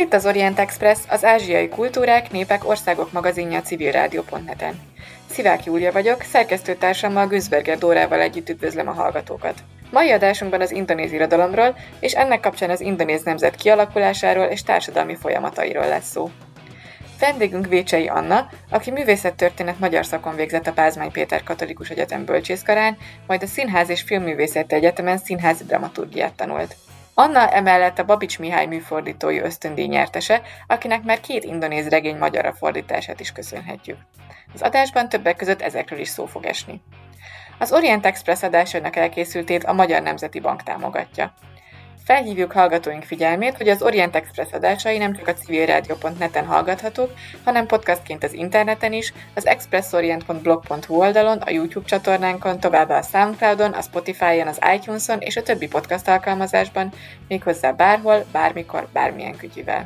itt az Orient Express, az ázsiai kultúrák, népek, országok magazinja a civilrádió.net-en. Szivák Júlia vagyok, szerkesztőtársammal Güszberger Dórával együtt üdvözlöm a hallgatókat. Mai adásunkban az indonéz irodalomról és ennek kapcsán az indonéz nemzet kialakulásáról és társadalmi folyamatairól lesz szó. Vendégünk Vécsei Anna, aki művészettörténet magyar szakon végzett a Pázmány Péter Katolikus Egyetem bölcsészkarán, majd a Színház és Filmművészeti Egyetemen színházi dramaturgiát tanult. Anna emellett a Babits Mihály műfordítói ösztöndíj nyertese, akinek már 2 indonéz regény magyarra fordítását is köszönhetjük. Az adásban többek között ezekről is szó fog esni. Az Orient Express adásainak elkészültét a Magyar Nemzeti Bank támogatja. Felhívjuk hallgatóink figyelmét, hogy az Orient Express adásai nem csak a civilradio.net-en hallgathatók, hanem podcastként az interneten is, az expressorient.blog.hu oldalon, a YouTube csatornánkon, továbbá a Soundcloudon, a Spotify-on, az iTunes-on és a többi podcast alkalmazásban, méghozzá bárhol, bármikor, bármilyen kütyüvel.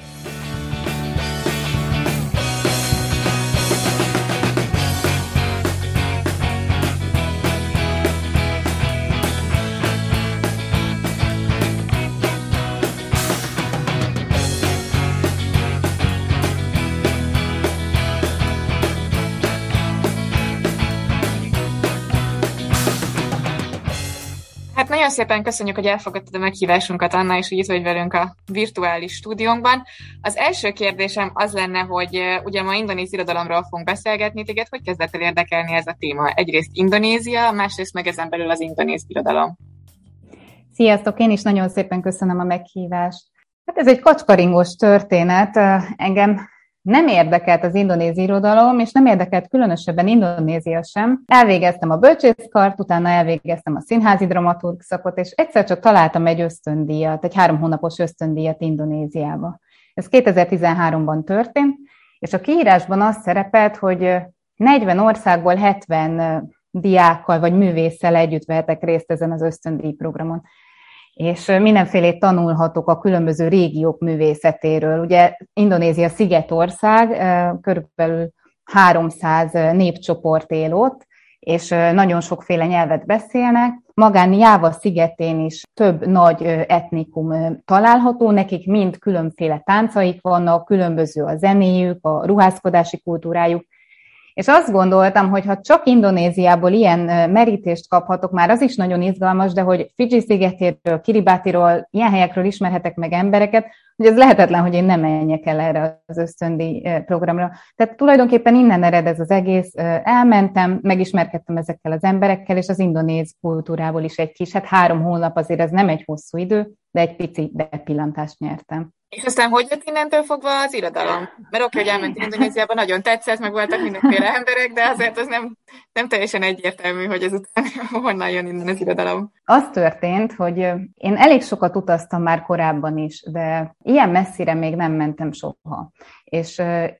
Hát nagyon szépen köszönjük, hogy elfogadtad a meghívásunkat, Anna, és hogy itt vagy velünk a virtuális stúdiónkban. Az első kérdésem az lenne, hogy ugye ma indonéz irodalomról fogunk beszélgetni, téged hogy kezdett el érdekelni ez a téma? Egyrészt Indonézia, másrészt meg ezen belül az indonéz irodalom. Sziasztok, én is nagyon szépen köszönöm a meghívást. Hát ez egy kacskaringós történet. Engem nem érdekelt az indonéz irodalom, és nem érdekelt különösebben Indonézia sem. Elvégeztem a bölcsészkart, utána elvégeztem a színházi dramaturg szakot, és egyszer csak találtam egy ösztöndíjat, egy 3 hónapos ösztöndíjat Indonéziába. Ez 2013-ban történt, és a kiírásban az szerepelt, hogy 40 országból 70 diákkal vagy művésszel együtt vehetek részt ezen az ösztöndíjprogramon. És mindenfélét tanulhatok a különböző régiók művészetéről. Ugye Indonézia szigetország, körülbelül 300 népcsoport él ott, és nagyon sokféle nyelvet beszélnek. Magán Jáva szigetén is több nagy etnikum található, nekik mind különféle táncaik vannak, különböző a zenéjük, a ruházkodási kultúrájuk. És azt gondoltam, hogy ha csak Indonéziából ilyen merítést kaphatok, már az is nagyon izgalmas, de hogy Fidzsi szigetéről, Kiribatiról, ilyen helyekről ismerhetek meg embereket, hogy ez lehetetlen, hogy én nem menjek el erre az ösztöndíj programra. Tehát tulajdonképpen innen ered ez az egész. Elmentem, megismerkedtem ezekkel az emberekkel, és az indonéz kultúrából is egy kis, 3 hónap azért ez nem egy hosszú idő, de egy pici bepillantást nyertem. És aztán hogy jött innentől fogva az irodalom? Mert oké, hogy elment Indonéziában, nagyon tetszett, meg voltak mindenféle emberek, de azért az nem teljesen egyértelmű, hogy ezután honnan jön innen az irodalom. Az történt, hogy én elég sokat utaztam már korábban is, de ilyen messzire még nem mentem soha. És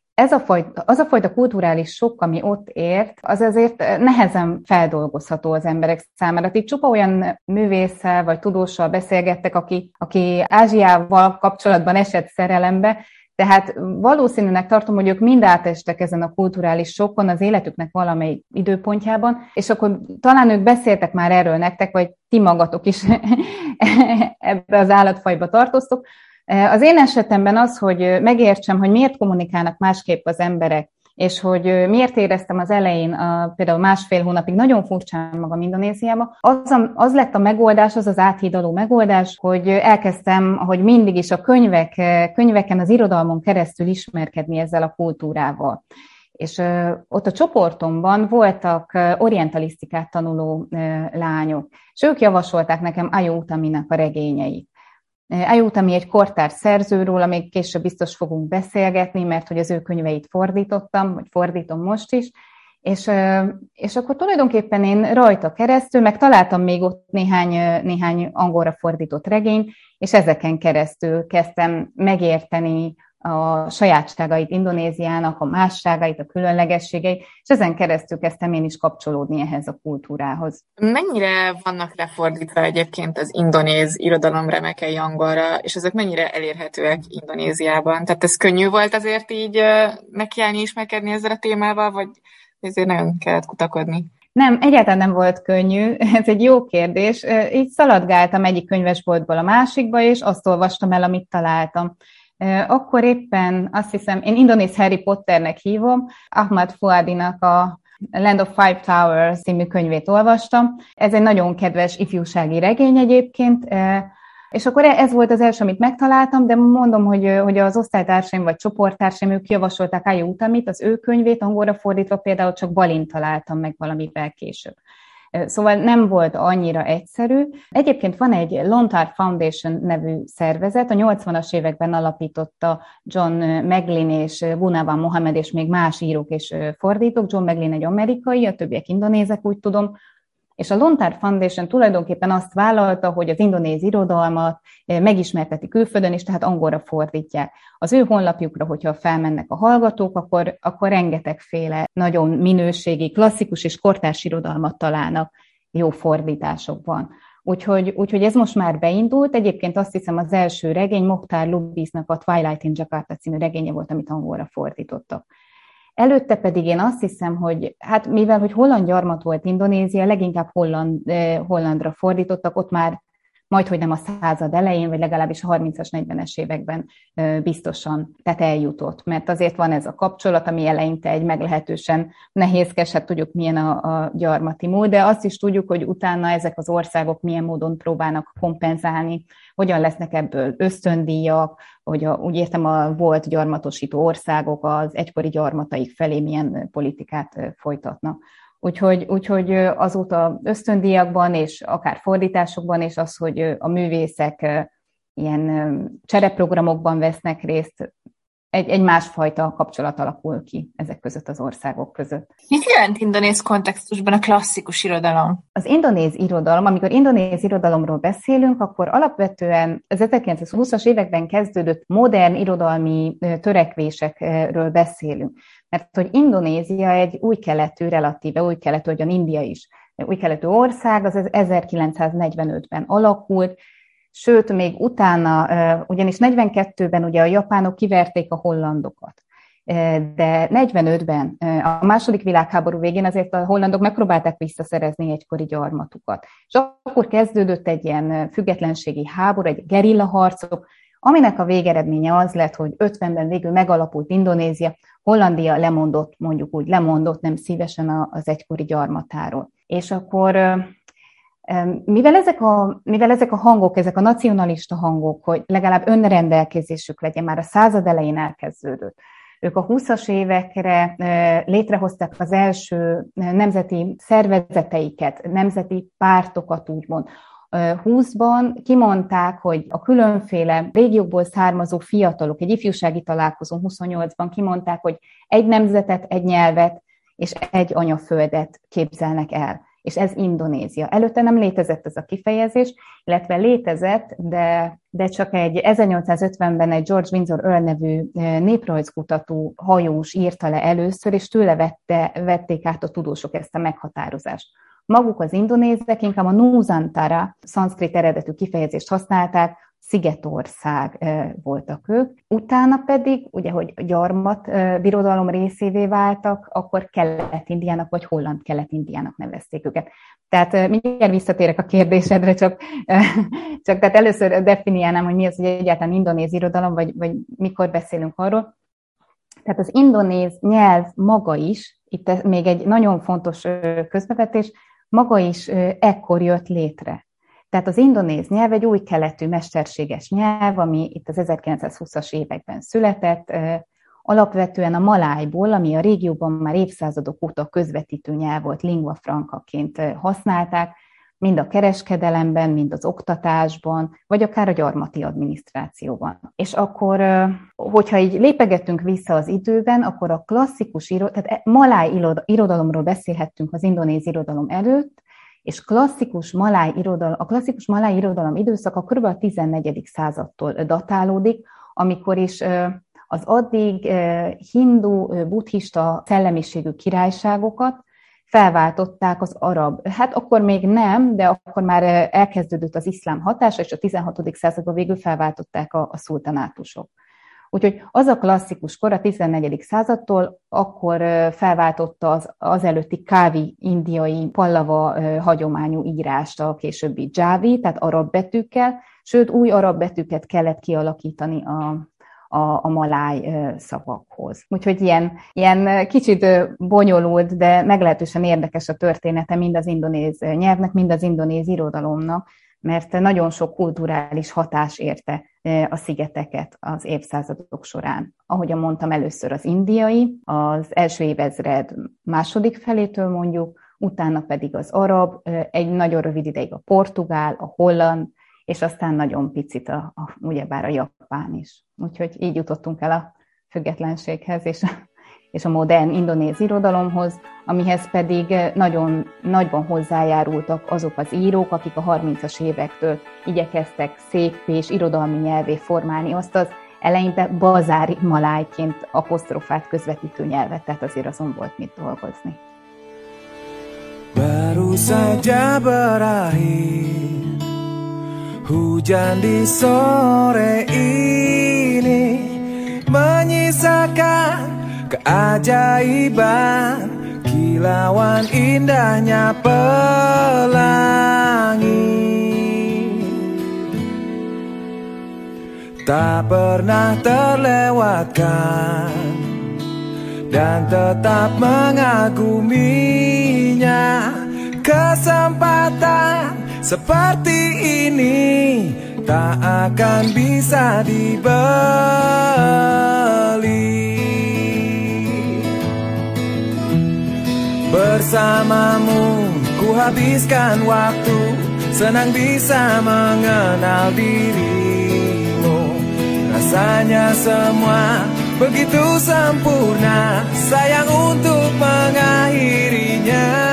az a fajta kulturális sok, ami ott ért, az azért nehezen feldolgozható az emberek számára. Itt csupa olyan művésszel vagy tudóssal beszélgettek, aki Ázsiával kapcsolatban esett szerelembe, tehát valószínűleg tartom, hogy ők mind átestek ezen a kulturális sokkon az életüknek valamelyik időpontjában, és akkor talán ők beszéltek már erről nektek, vagy ti magatok is ebbe az állatfajba tartoztok. Az én esetemben az, hogy megértsem, hogy miért kommunikálnak másképp az emberek, és hogy miért éreztem az elején, például 1,5 hónapig nagyon furcsán magam Indonéziában, az lett a megoldás, az áthidaló megoldás, hogy elkezdtem, ahogy mindig is a könyveken, az irodalmon keresztül ismerkedni ezzel a kultúrával. És ott a csoportomban voltak orientalisztikát tanuló lányok, és ők javasolták nekem Ayo Utaminak a regényeit. Ayo Utami egy kortárs szerzőről, amíg később biztos fogunk beszélgetni, mert hogy az ő könyveit fordítottam, vagy fordítom most is, és akkor tulajdonképpen én rajta keresztül, meg találtam még ott néhány angolra fordított regényt, és ezeken keresztül kezdtem megérteni a sajátságait Indonéziának, a másságait, a különlegességeit, és ezen keresztül kezdtem én is kapcsolódni ehhez a kultúrához. Mennyire vannak lefordítva egyébként az indonéz irodalom remekei angolra, és ezek mennyire elérhetőek Indonéziában? Tehát ez könnyű volt azért így nekiállni, ismerkedni ezzel a témával, vagy ezért nagyon kellett kutakodni? Nem, egyáltalán nem volt könnyű, ez egy jó kérdés. Így szaladgáltam egyik könyvesboltból a másikba, és azt olvastam el, amit találtam. Akkor éppen azt hiszem, én indonéz Harry Potternek hívom, Ahmad Fuadinak a Land of Five Towers című könyvét olvastam. Ez egy nagyon kedves ifjúsági regény egyébként, és akkor ez volt az első, amit megtaláltam, de mondom, hogy az osztálytársaim vagy csoporttársaim, ők javasolták Ayo Utamit, az ő könyvét, angolra fordítva például csak Balin találtam meg valamivel később. Szóval nem volt annyira egyszerű. Egyébként van egy Lontar Foundation nevű szervezet, a 80-as években alapította John Maglin és Gunawan Mohamed és még más írók és fordítók. John Maglin egy amerikai, a többiek indonézek, úgy tudom. És a Lontar Foundation tulajdonképpen azt vállalta, hogy az indonéz irodalmat megismerteti külföldön, és tehát angolra fordítják. Az ő honlapjukra, hogyha felmennek a hallgatók, akkor rengetegféle nagyon minőségi, klasszikus és kortárs irodalmat találnak jó fordításokban. Úgyhogy ez most már beindult. Egyébként azt hiszem az első regény Mokhtar Lubisnak a Twilight in Jakarta című regénye volt, amit angolra fordítottak. Előtte pedig én azt hiszem, hogy hát mivel hogy holland gyarmat volt Indonézia, leginkább hollandra fordítottak, ott már majdhogy nem a század elején, vagy legalábbis a 30-as, 40-es években biztosan, tehát eljutott. Mert azért van ez a kapcsolat, ami eleinte egy meglehetősen nehézkes, hát tudjuk milyen a gyarmati mód, de azt is tudjuk, hogy utána ezek az országok milyen módon próbálnak kompenzálni, hogyan lesznek ebből ösztöndíjak, hogy úgy értem a volt gyarmatosító országok az egykori gyarmataik felé milyen politikát folytatnak. Úgyhogy azóta ösztöndíjakban és akár fordításokban, és az, hogy a művészek ilyen csereprogramokban vesznek részt, egy másfajta kapcsolat alakul ki ezek között az országok között. Mit jelent indonéz kontextusban a klasszikus irodalom? Az indonéz irodalom, amikor indonéz irodalomról beszélünk, akkor alapvetően az 1920-as években kezdődött modern irodalmi törekvésekről beszélünk. Mert hogy Indonézia egy új keletű, relatíve új keletű, ugyan India is, új keletű ország, az 1945-ben alakult, sőt, még utána, ugyanis 42-ben ugye a japánok kiverték a hollandokat, de 45-ben, a második világháború végén azért a hollandok megpróbálták visszaszerezni egykori gyarmatukat. És akkor kezdődött egy ilyen függetlenségi háború, egy gerillaharcok, aminek a végeredménye az lett, hogy 50-ben végül megalapult Indonézia, Hollandia lemondott nem szívesen az egykori gyarmatáról. És akkor mivel ezek a hangok, ezek a nacionalista hangok, hogy legalább önrendelkezésük legyen, már a század elején elkezdődött. Ők a 20-as évekre létrehozták az első nemzeti szervezeteiket, nemzeti pártokat úgymond. 20-ban kimondták, hogy a különféle régiókból származó fiatalok, egy ifjúsági találkozón 28-ban kimondták, hogy egy nemzetet, egy nyelvet és egy anyaföldet képzelnek el. És ez Indonézia. Előtte nem létezett ez a kifejezés, illetve létezett, de csak 1850-ben egy George Windsor Earl nevű néprajzkutató hajós írta le először, és tőle vették át a tudósok ezt a meghatározást. Maguk az indonézek inkább a Nusantara, szanszkrit eredetű kifejezést használták, szigetország voltak ők. Utána pedig, ugye, hogy a gyarmat birodalom részévé váltak, akkor Kelet-Indiának vagy holland Kelet-Indiának nevezték őket. Tehát mindjárt visszatérek a kérdésedre, csak tehát először definiálnám, hogy mi az, hogy egyáltalán indonéz irodalom, vagy mikor beszélünk arról. Tehát az indonéz nyelv maga is, itt még egy nagyon fontos közbevetés, maga is ekkor jött létre. Tehát az indonéz nyelv egy új keletű mesterséges nyelv, ami itt az 1920-as években született, alapvetően a malájból, ami a régióban már évszázadok óta közvetítő nyelv volt, lingua francaként használták, mind a kereskedelemben, mind az oktatásban, vagy akár a gyarmati adminisztrációban. És akkor, hogyha így lépegettünk vissza az időben, akkor a klasszikus tehát maláj irodalomról beszélhettünk az indonéz irodalom előtt, és a klasszikus maláj irodalom időszaka kb. A 14. századtól datálódik, amikor is az addig hindu, buddhista szellemiségű királyságokat felváltották az arab. Hát akkor még nem, de akkor már elkezdődött az iszlám hatása, és a 16. században végül felváltották a szultanátusok. Úgyhogy az a klasszikus kor a 14. századtól akkor felváltotta az előtti kávi indiai pallava hagyományú írást, a későbbi dzsávi, tehát arab betűkkel, sőt új arab betűket kellett kialakítani a maláj szavakhoz. Úgyhogy ilyen kicsit bonyolult, de meglehetősen érdekes a története mind az indonéz nyelvnek, mind az indonéz irodalomnak, mert nagyon sok kulturális hatás érte a szigeteket az évszázadok során. Ahogyan mondtam, először az indiai, az első évezred második felétől mondjuk, utána pedig az arab, egy nagyon rövid ideig a portugál, a holland, és aztán nagyon picit ugyebár a japán is. Úgyhogy így jutottunk el a függetlenséghez és a modern indonéz irodalomhoz, amihez pedig nagyon nagyban hozzájárultak azok az írók, akik a 30-as évektől igyekeztek szép és irodalmi nyelvé formálni azt az eleinte bazári malájként apostrofált közvetítő nyelvet, tehát azért azon volt mit dolgozni. Baru saja berakhir hujan di sore ini menyisakan keajaiban kilauan indahnya pelangi tak pernah terlewatkan dan tetap mengaguminya kesempatan seperti ini tak akan bisa dibeli. Bersamamu ku habiskan waktu, senang bisa mengenal dirimu. Rasanya semua begitu sempurna, sayang untuk mengakhirinya.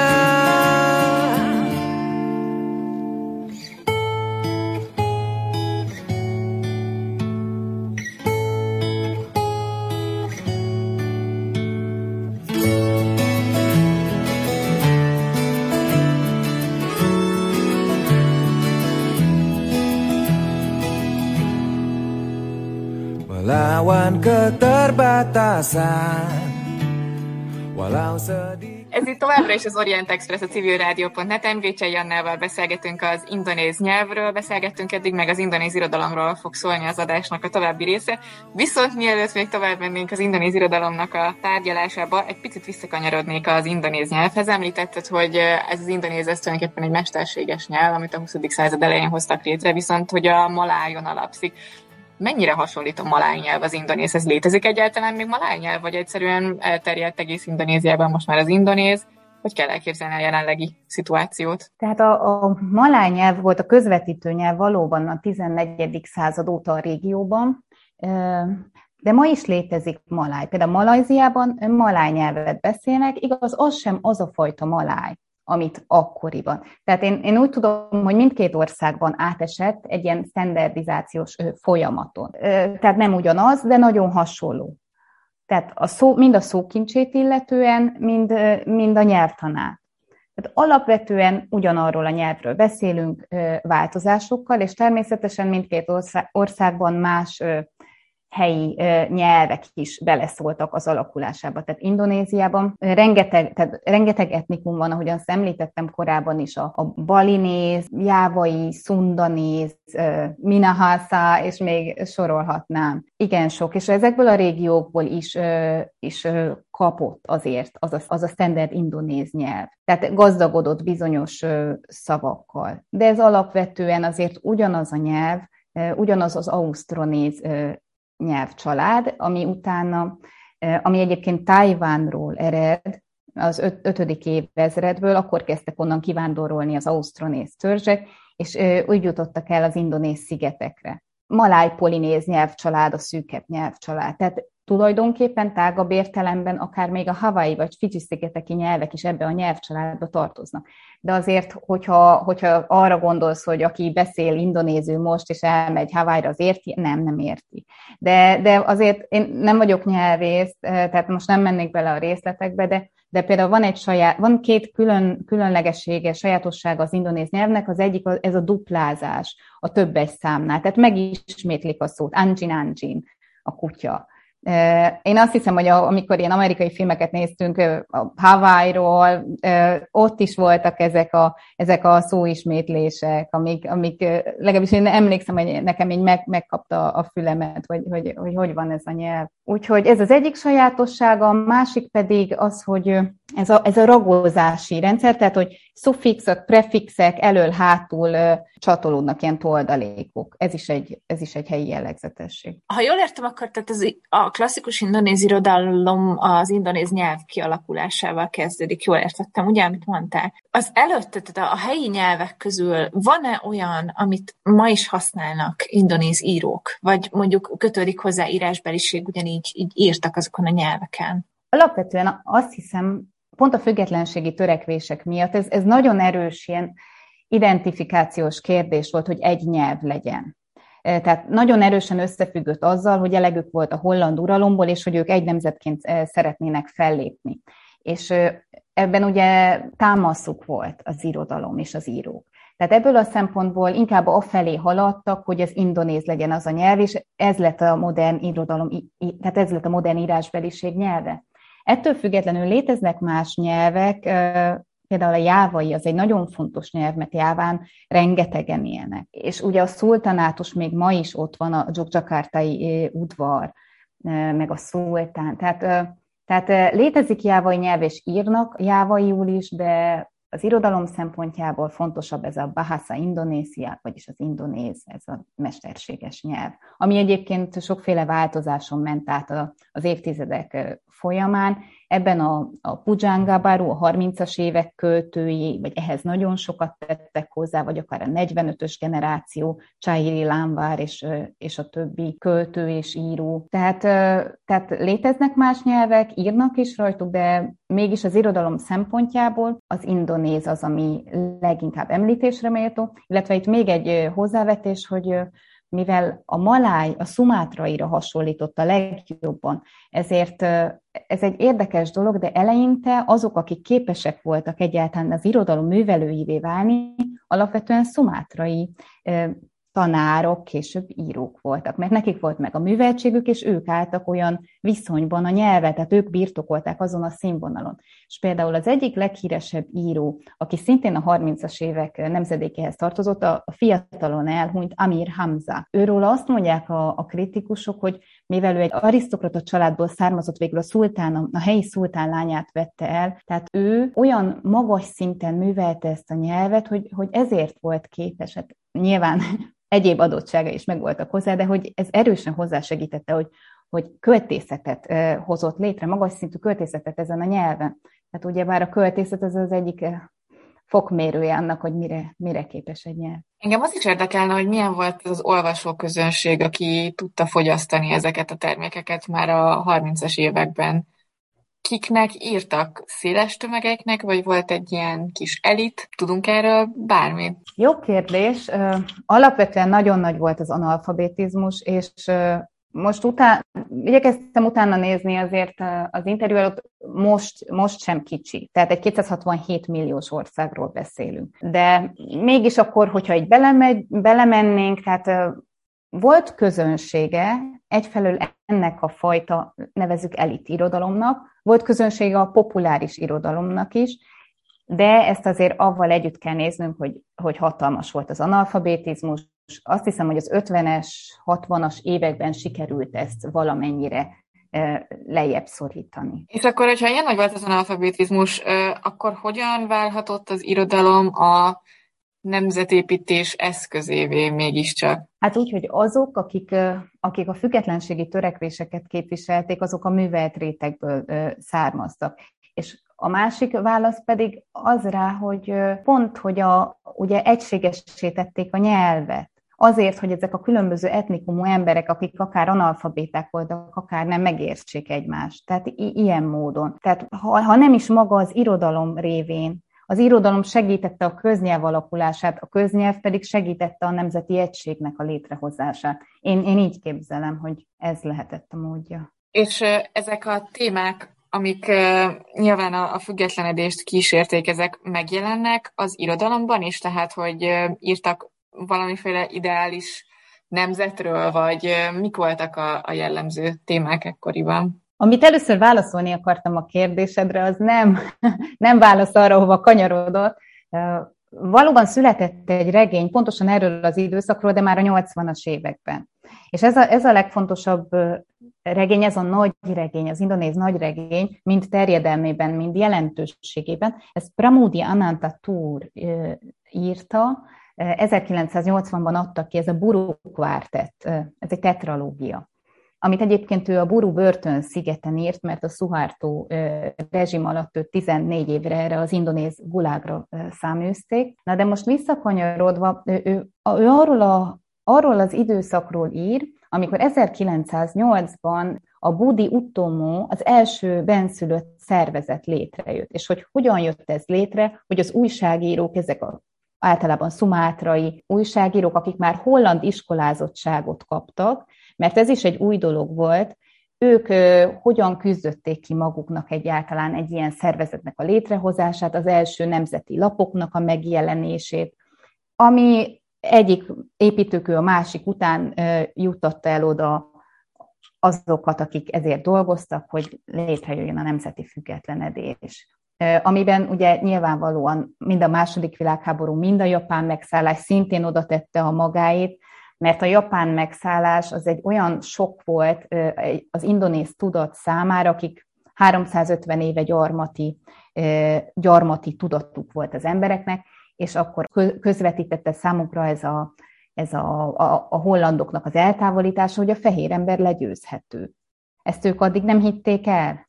Melawan keterbatasan, walau sedih. Ez itt továbbra is az Orient Express, a civilrádió.net-en. Vécsei Annával beszélgetünk az indonéz nyelvről, beszélgettünk eddig, meg az indonéz irodalomról fog szólni az adásnak a további része. Viszont mielőtt még tovább mennénk az indonéz irodalomnak a tárgyalásába, egy picit visszakanyarodnék az indonéz nyelvhez. Említetted, hogy ez az indonéz ez tulajdonképpen egy mesterséges nyelv, amit a 20. század elején hoztak létre, viszont hogy a malájon alapszik. Mennyire hasonlít a maláj nyelv az indonézhez? Létezik egyáltalán még maláj nyelv, vagy egyszerűen elterjedt egész Indonéziában most már az indonéz? Hogy kell elképzelni a jelenlegi szituációt? Tehát a maláj nyelv volt a közvetítő nyelv valóban a 14. század óta a régióban, de ma is létezik maláj. Például Malajziában maláj nyelvet beszélnek, igaz, az sem az a fajta maláj, amit akkoriban. Tehát én úgy tudom, hogy mindkét országban átesett egy ilyen standardizációs folyamaton. Tehát nem ugyanaz, de nagyon hasonló. Tehát mind a szókincsét illetően, mind a nyelvtanát. Tehát alapvetően ugyanarról a nyelvről beszélünk változásokkal, és természetesen mindkét országban más helyi nyelvek is beleszóltak az alakulásába. Tehát Indonéziában rengeteg etnikum van, ahogyan azt említettem korábban is, a balinéz, jávai, szundanéz, minahasa, és még sorolhatnám. Igen sok, és ezekből a régiókból is kapott azért az a standard indonéz nyelv. Tehát gazdagodott bizonyos szavakkal. De ez alapvetően azért ugyanaz a nyelv, ugyanaz az ausztronéz nyelvcsalád, ami egyébként Tajvánról ered, az 5. évezredből, akkor kezdtek onnan kivándorolni az ausztronéz törzsek, és úgy jutottak el az indonéz szigetekre. Maláj-polinéz nyelvcsalád, a szűkebb nyelvcsalád. Tehát tulajdonképpen tágabb értelemben akár még a Hawaii vagy Fidzsi-szigeteki nyelvek is ebbe a nyelvcsaládba tartoznak. De azért, hogyha arra gondolsz, hogy aki beszél indonézül most, és elmegy Hawaii-ra, az érti? Nem érti. De azért én nem vagyok nyelvész, tehát most nem mennék bele a részletekbe, de például van két különlegessége, sajátossága az indonéz nyelvnek, az egyik ez a duplázás a többes számnál. Tehát megismétlik a szót, anjin, a kutya. Én azt hiszem, hogy amikor ilyen amerikai filmeket néztünk a Hawaii-ról, ott is voltak ezek a szóismétlések, amik legalábbis én emlékszem, hogy nekem így megkapta a fülemet, hogy van ez a nyelv. Úgyhogy ez az egyik sajátossága, a másik pedig az, hogy ez a ragózási rendszer, tehát hogy szuffixek, prefixek elől-hátul csatolódnak ilyen toldalékok. Ez is egy helyi jellegzetesség. Ha jól értem, akkor tehát a klasszikus indonéz irodalom az indonéz nyelv kialakulásával kezdődik. Jól értettem, ugye, amit mondtál? Az előtte, tehát a helyi nyelvek közül van-e olyan, amit ma is használnak indonéz írók? Vagy mondjuk kötődik hozzá írásbeliség, ugyanígy így írtak azokon a nyelveken? Alapvetően azt hiszem, pont a függetlenségi törekvések miatt ez nagyon erős ilyen identifikációs kérdés volt, hogy egy nyelv legyen. Tehát nagyon erősen összefüggött azzal, hogy elegük volt a holland uralomból, és hogy ők egy nemzetként szeretnének fellépni. És ebben ugye támaszuk volt az irodalom és az írók. Tehát ebből a szempontból inkább afelé haladtak, hogy az indonéz legyen az a nyelv, és ez lett a modern irodalom, tehát ez lett a modern írásbeliség nyelve. Ettől függetlenül léteznek más nyelvek, például a jávai az egy nagyon fontos nyelv, mert Jáván rengetegen élnek. És ugye a szultanátus még ma is ott van, a dzsukdzsakartai udvar, meg a szultán. Tehát létezik jávai nyelv, és írnak jávaiul is, de az irodalom szempontjából fontosabb ez a Bahasa Indonésia, vagyis az indonéz, ez a mesterséges nyelv, ami egyébként sokféle változáson ment át az évtizedek folyamán. Ebben a Pujangga Baru, a 30-as évek költői, vagy ehhez nagyon sokat tettek hozzá, vagy akár a 45-ös generáció, Chahiri Lambar és a többi költő és író. Tehát léteznek más nyelvek, írnak is rajtuk, de mégis az irodalom szempontjából az indonéz az, ami leginkább említésre méltó, illetve itt még egy hozzávetés, hogy mivel a maláj a szumátraira hasonlított a legjobban, ezért ez egy érdekes dolog, de eleinte azok, akik képesek voltak egyáltalán az irodalom művelőivé válni, alapvetően szumátrai tanárok, később írók voltak, mert nekik volt meg a műveltségük, és ők álltak olyan viszonyban a nyelvet, tehát ők birtokolták azon a színvonalon. És például az egyik leghíresebb író, aki szintén a 30-as évek nemzedékéhez tartozott, a fiatalon elhunyt Amir Hamza. Őről azt mondják a kritikusok, hogy mivel ő egy arisztokrata családból származott, végül a helyi szultán lányát vette el, tehát ő olyan magas szinten művelte ezt a nyelvet, hogy ezért volt képes. Hát nyilván egyéb adottsága is megvoltak hozzá, de hogy ez erősen hozzásegítette, hogy költészetet hozott létre, magas szintű költészetet ezen a nyelven. Tehát ugyebár a költészet az egyik fokmérője annak, hogy mire képes egy nyelv. Engem az is érdekelne, hogy milyen volt az olvasóközönség, aki tudta fogyasztani ezeket a termékeket már a 30-as években. Kiknek írtak? Széles tömegeknek, vagy volt egy ilyen kis elit? Tudunk erről bármit? Jó kérdés. Alapvetően nagyon nagy volt az analfabetizmus, és most igyekeztem utána nézni, azért az interjú előtt most sem kicsi. Tehát egy 267 milliós országról beszélünk. De mégis akkor, hogyha így belemennénk, tehát volt közönsége, egyfelől ennek a fajta, nevezzük elit irodalomnak, volt közönsége a populáris irodalomnak is, de ezt azért avval együtt kell néznünk, hogy hatalmas volt az analfabetizmus. Azt hiszem, hogy az 50-es, 60-as években sikerült ezt valamennyire lejjebb szorítani. És akkor, hogyha ilyen nagy volt az analfabetizmus, akkor hogyan válhatott az irodalom a nemzetépítés eszközévé mégiscsak? Hát úgy, hogy azok, akik a függetlenségi törekvéseket képviselték, azok a művelt rétegből származtak. És a másik válasz pedig az rá, hogy pont, hogy ugye egységessé tették a nyelvet. Azért, hogy ezek a különböző etnikumú emberek, akik akár analfabéták voltak, akár nem, megértsék egymást. Tehát ilyen módon. Tehát ha nem is maga az irodalom révén, az irodalom segítette a köznyelv alakulását, a köznyelv pedig segítette a nemzeti egységnek a létrehozását. Én így képzelem, hogy ez lehetett a módja. És ezek a témák, amik nyilván a függetlenedést kísérték, ezek megjelennek az irodalomban is, tehát hogy írtak valamiféle ideális nemzetről, vagy mik voltak a jellemző témák ekkoriban? Amit először válaszolni akartam a kérdésedre, az nem válasz arra, hova kanyarodott. Valóban született egy regény, pontosan erről az időszakról, de már a 80-as években. És ez a legfontosabb regény, ez a nagy regény, az indonéz nagy regény, mind terjedelmében, mind jelentőségében. Ez Pramoedya Anantathur írta, 1980-ban adta ki, ez a Buru Quartet, ez egy tetralógia, amit egyébként ő a Buru börtön szigeten írt, mert a Suharto rezsim alatt őt 14 évre erre az indonéz gulágra száműzték. Na de most visszakanyarodva, ő arról az időszakról ír, amikor 1908-ban a Budi Uttomo, az első benszülött szervezet létrejött. És hogy hogyan jött ez létre, hogy az újságírók, ezek általában szumátrai újságírók, akik már holland iskolázottságot kaptak, mert ez is egy új dolog volt, ők hogyan küzdötték ki maguknak egyáltalán egy ilyen szervezetnek a létrehozását, az első nemzeti lapoknak a megjelenését, ami egyik építőkő a másik után juttatta el oda azokat, akik ezért dolgoztak, hogy létrejöjjön a nemzeti függetlenedés. Amiben ugye nyilvánvalóan mind a második világháború, mind a japán megszállás szintén oda tette a magáét, mert a japán megszállás az egy olyan sok volt az indonéz tudat számára, akik 350 éve gyarmati tudatuk volt az embereknek, és akkor közvetítette számukra ez a hollandoknak az eltávolítása, hogy a fehér ember legyőzhető. Ezt ők addig nem hitték el.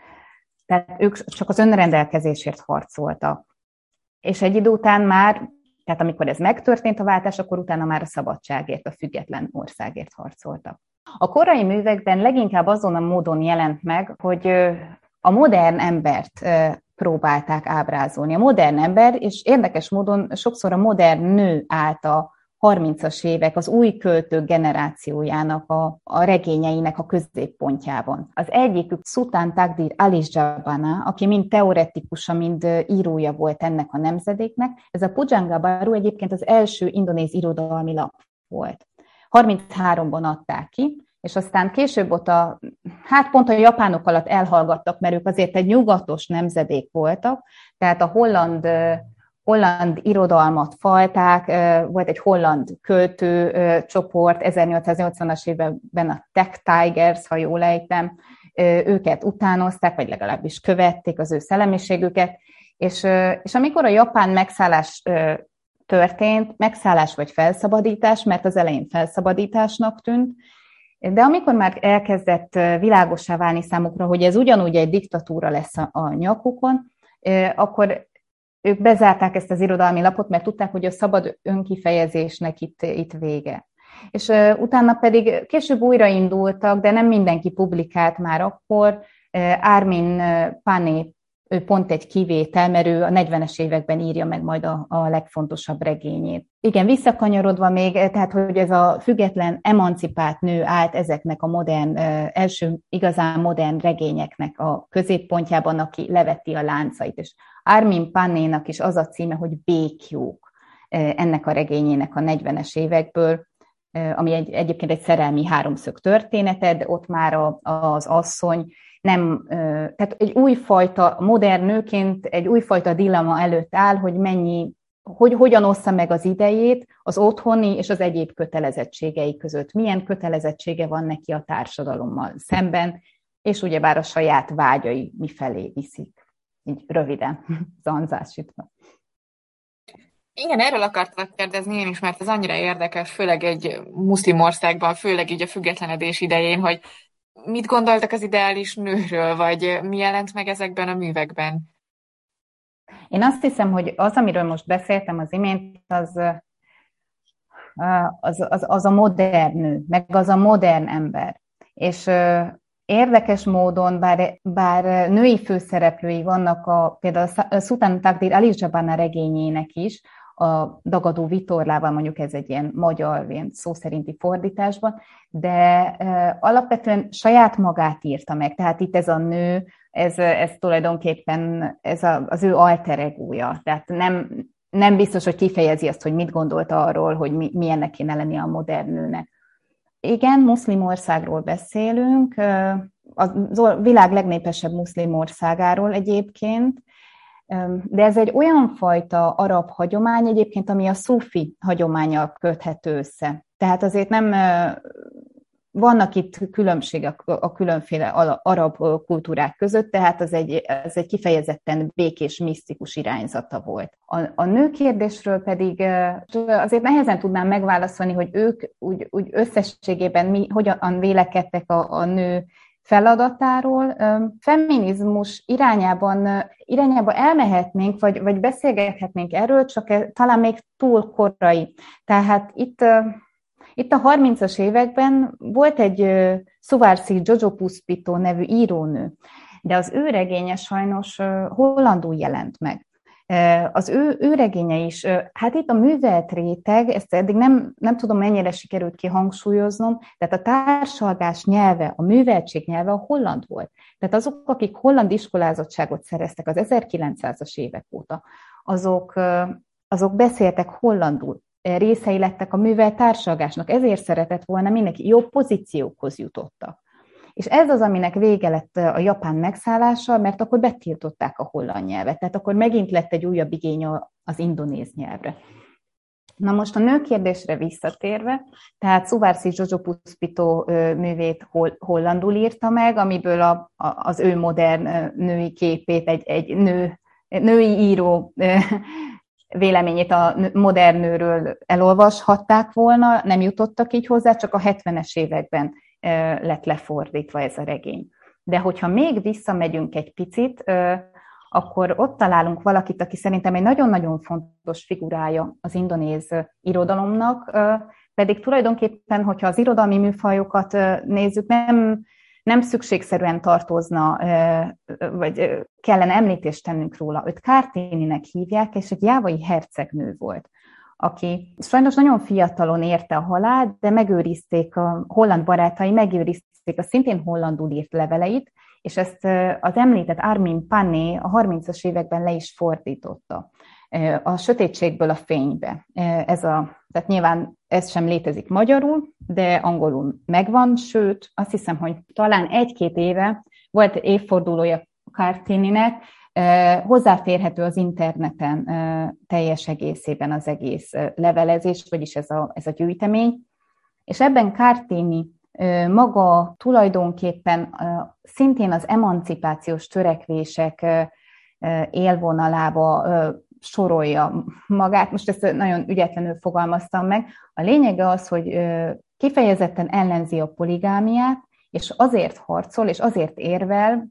Tehát ők csak az önrendelkezésért harcoltak. És egy idő után már, tehát amikor ez megtörtént a váltás, akkor utána már a szabadságért, a független országért harcoltak. A korai művekben leginkább azon a módon jelent meg, hogy a modern embert próbálták ábrázolni. A modern ember, és érdekes módon sokszor a modern nő állt a 30-as évek az új költők generációjának a regényeinek a középpontjában. Az egyikük Sultan Takdir Alisjabana, aki mind teoretikusa, mind írója volt ennek a nemzedéknek. Ez a Pujangga Baru egyébként az első indonéz irodalmi lap volt. 33-ban adták ki, és aztán később ott pont a japánok alatt elhallgattak, mert ők azért egy nyugatos nemzedék voltak, tehát a holland irodalmat falták, volt egy holland költő csoport, 1880-as években a Tech Tigers, ha jól ejtem, őket utánozták, vagy legalábbis követték az ő szellemiségüket, és amikor a japán megszállás történt, megszállás vagy felszabadítás, mert az elején felszabadításnak tűnt, de amikor már elkezdett világossá válni számukra, hogy ez ugyanúgy egy diktatúra lesz a nyakukon, akkor ők bezárták ezt az irodalmi lapot, mert tudták, hogy a szabad önkifejezésnek itt vége. És utána pedig később újraindultak, de nem mindenki publikált már akkor. Armin Pane, ő pont egy kivétel, mert ő a 40-es években írja meg majd a legfontosabb regényét. Igen, visszakanyarodva még, tehát hogy ez a független, emancipált nő állt ezeknek a modern, első igazán modern regényeknek a középpontjában, aki leveti a láncait. És Armin Panénak is az a címe, hogy Békjók, ennek a regényének a 40-es évekből, ami egyébként egy szerelmi háromszög története, de ott már az asszony nem, tehát egy újfajta, modern nőként egy újfajta dilemma előtt áll, hogy hogyan ossza meg az idejét az otthoni és az egyéb kötelezettségei között. Milyen kötelezettsége van neki a társadalommal szemben, és ugyebár a saját vágyai mifelé viszik. Így röviden, zanzásítva. Igen, erről akartalak kérdezni én is, mert ez annyira érdekes, főleg egy muszlim országban, főleg így a függetlenedés idején, hogy mit gondoltak az ideális nőről, vagy mi jelent meg ezekben a művekben? Én azt hiszem, hogy az, amiről most beszéltem az imént, az a modern nő, meg az a modern ember. És érdekes módon, bár női főszereplői vannak, például a Sultan Takdir Alisjabana regényének is, a Dagadó Vitorlával, mondjuk ez egy ilyen magyar, ilyen szó szerinti fordításban, de alapvetően saját magát írta meg. Tehát itt ez a nő, ez tulajdonképpen ez az ő alter egója. Tehát nem biztos, hogy kifejezi azt, hogy mit gondolt arról, hogy milyennek kéne lennie a modern nőnek. Igen, muszlim országról beszélünk, a világ legnépesebb muszlim országáról egyébként, de ez egy olyan fajta arab hagyomány egyébként, ami a szufi hagyománnyal köthető össze. Tehát azért nem vannak itt különbségek a különféle arab kultúrák között, tehát ez egy kifejezetten békés, misztikus irányzata volt. A nőkérdésről pedig azért nehezen tudnám megválaszolni, hogy ők úgy összességében hogyan vélekedtek a nő feladatáról. Feminizmus irányába elmehetnénk, vagy beszélgethetnénk erről, csak talán még túl korai. Tehát itt a 30-as években volt egy Suvarsi Jojopuspito nevű írónő, de az ő regénye sajnos hollandul jelent meg. Az ő regénye is, hát itt a művelt réteg, ezt eddig nem tudom mennyire sikerült kihangsúlyoznom, tehát a társalgás nyelve, a műveltség nyelve a holland volt. Tehát azok, akik holland iskolázottságot szereztek az 1900-as évek óta, azok beszéltek hollandul, részei lettek a művelt társalgásnak, ezért szeretett volna mindenki, jobb pozíciókhoz jutottak. És ez az, aminek vége lett a japán megszállással, mert akkor betiltották a holland nyelvet, tehát akkor megint lett egy újabb igény az indonéz nyelvre. Na most a nőkérdésre visszatérve, tehát Suvarsi Jojopuspito művét hollandul írta meg, amiből az ő modern női képét egy női író véleményét a modern nőről elolvashatták volna, nem jutottak így hozzá, csak a 70-es években lett lefordítva ez a regény. De hogyha még visszamegyünk egy picit, akkor ott találunk valakit, aki szerintem egy nagyon-nagyon fontos figurája az indonéz irodalomnak, pedig tulajdonképpen, hogyha az irodalmi műfajokat nézzük, nem szükségszerűen tartozna, vagy kellene említést tennünk róla. Őt Kartininek hívják, és egy jávai hercegnő volt, aki sajnos nagyon fiatalon érte a halált, de megőrizték a holland barátai, megőrizték a szintén hollandul írt leveleit, és ezt az említett Armin Pané a 30-as években le is fordította. A sötétségből a fénybe. Tehát nyilván ez sem létezik magyarul, de angolul megvan, sőt, azt hiszem, hogy talán 1-2 éve volt évfordulója Kartininek, hozzáférhető az interneten teljes egészében az egész levelezés, vagyis ez a gyűjtemény. És ebben Kartini maga tulajdonképpen szintén az emancipációs törekvések élvonalába sorolja magát. Most ezt nagyon ügyetlenül fogalmaztam meg. A lényege az, hogy kifejezetten ellenzi a poligámiát, és azért harcol, és azért érvel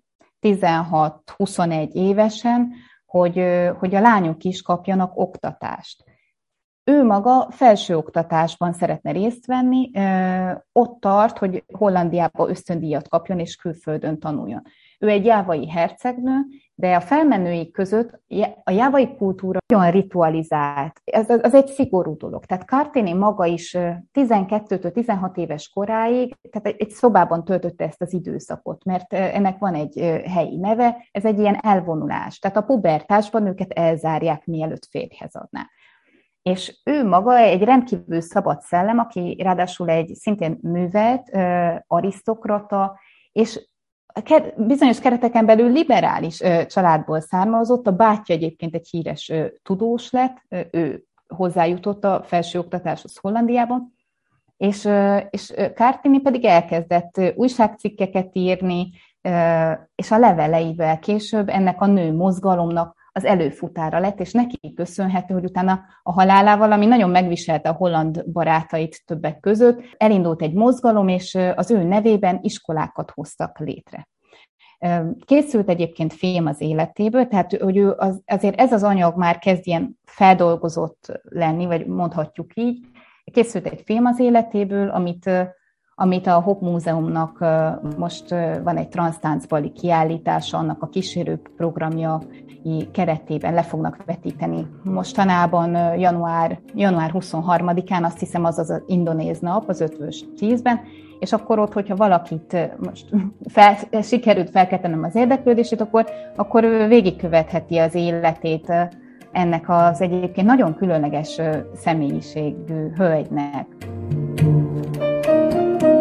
16-21 évesen, hogy a lányok is kapjanak oktatást. Ő maga felsőoktatásban szeretne részt venni, ott tart, hogy Hollandiába ösztöndíjat kapjon és külföldön tanuljon. Ő egy jávai hercegnő, de a felmenői között a jávai kultúra olyan ritualizált. Ez egy szigorú dolog. Tehát Kartini maga is 12-től 16 éves koráig, tehát egy szobában töltötte ezt az időszakot, mert ennek van egy helyi neve, ez egy ilyen elvonulás. Tehát a pubertásban őket elzárják, mielőtt férjhez adná. És ő maga egy rendkívül szabad szellem, aki ráadásul egy szintén művelt, arisztokrata, és bizonyos kereteken belül liberális családból származott, a bátyja egyébként egy híres tudós lett, ő hozzájutott a felsőoktatáshoz Hollandiában, és Kartini pedig elkezdett újságcikkeket írni, és a leveleivel később ennek a nő mozgalomnak az előfutára lett, és neki köszönhető, hogy utána a halálával, ami nagyon megviselte a holland barátait többek között, elindult egy mozgalom, és az ő nevében iskolákat hoztak létre. Készült egyébként film az életéből, tehát hogy ő azért ez az anyag már kezd ilyen feldolgozott lenni, vagy mondhatjuk így. Készült egy film az életéből, amit a Hop Múzeumnak most van egy transztáncbali kiállítása, annak a kísérő programja keretében le fognak vetíteni. Mostanában január 23-án, azt hiszem az indonéz nap, az 5/10-ben, és akkor ott, hogyha valakit most sikerült felkeltenem az érdeklődését, akkor végigkövetheti az életét ennek az egyébként nagyon különleges személyiségű hölgynek.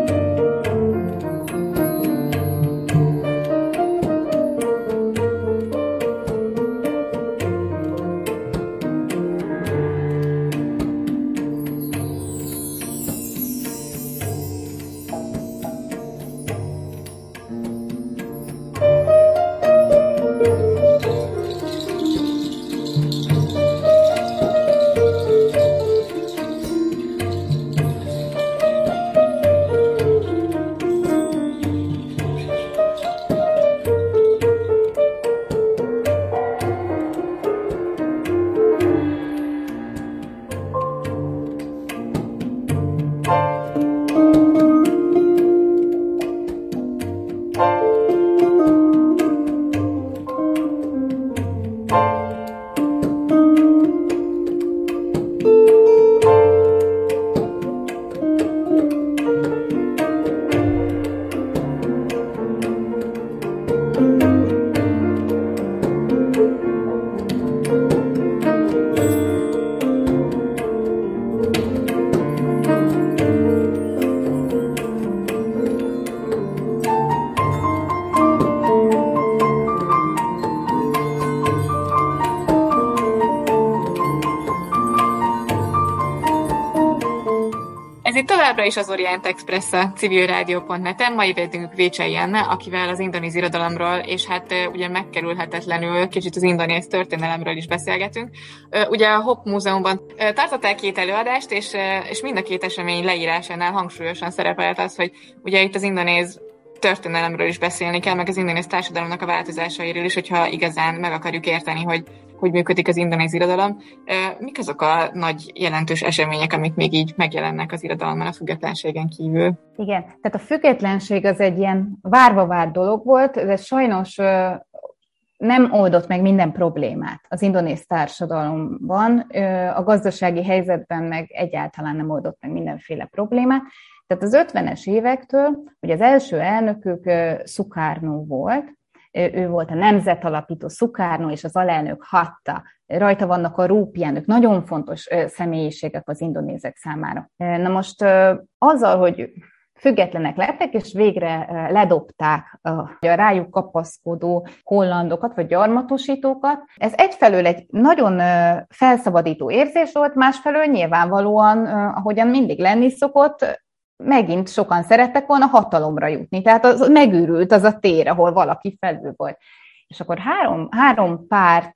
Ez itt továbbra is az Orient Express a civilradio.net-en, mai vendégünk Vécsei Anna, akivel az indonéz irodalomról, és hát ugye megkerülhetetlenül kicsit az indonéz történelemről is beszélgetünk. Ugye a Hop Múzeumban tartották 2 előadást, és mind a 2 esemény leírásánál hangsúlyosan szerepelt az, hogy ugye itt az indonéz történelemről is beszélni kell, meg az indonéz társadalomnak a változásairól is, hogyha igazán meg akarjuk érteni, hogy működik az indonéz irodalom. Mik azok a nagy jelentős események, amik még így megjelennek az irodalomban a függetlenségen kívül? Igen, tehát a függetlenség az egy ilyen várva várt dolog volt, de sajnos nem oldott meg minden problémát az indonéz társadalomban, a gazdasági helyzetben meg egyáltalán nem oldott meg mindenféle problémát. Tehát az 50-es évektől, ugye az első elnökük Sukarno volt, ő volt a nemzetalapító Sukarno, és az alelnök Hatta. Rajta vannak a rúpiánok, nagyon fontos személyiségek az indonézek számára. Na most azzal, hogy függetlenek lettek, és végre ledobták a rájuk kapaszkodó hollandokat, vagy gyarmatosítókat. Ez egyfelől egy nagyon felszabadító érzés volt, másfelől nyilvánvalóan, ahogyan mindig lenni szokott, megint sokan szerettek volna hatalomra jutni. Tehát az megőrült az a tér, ahol valaki felül volt. És akkor három párt,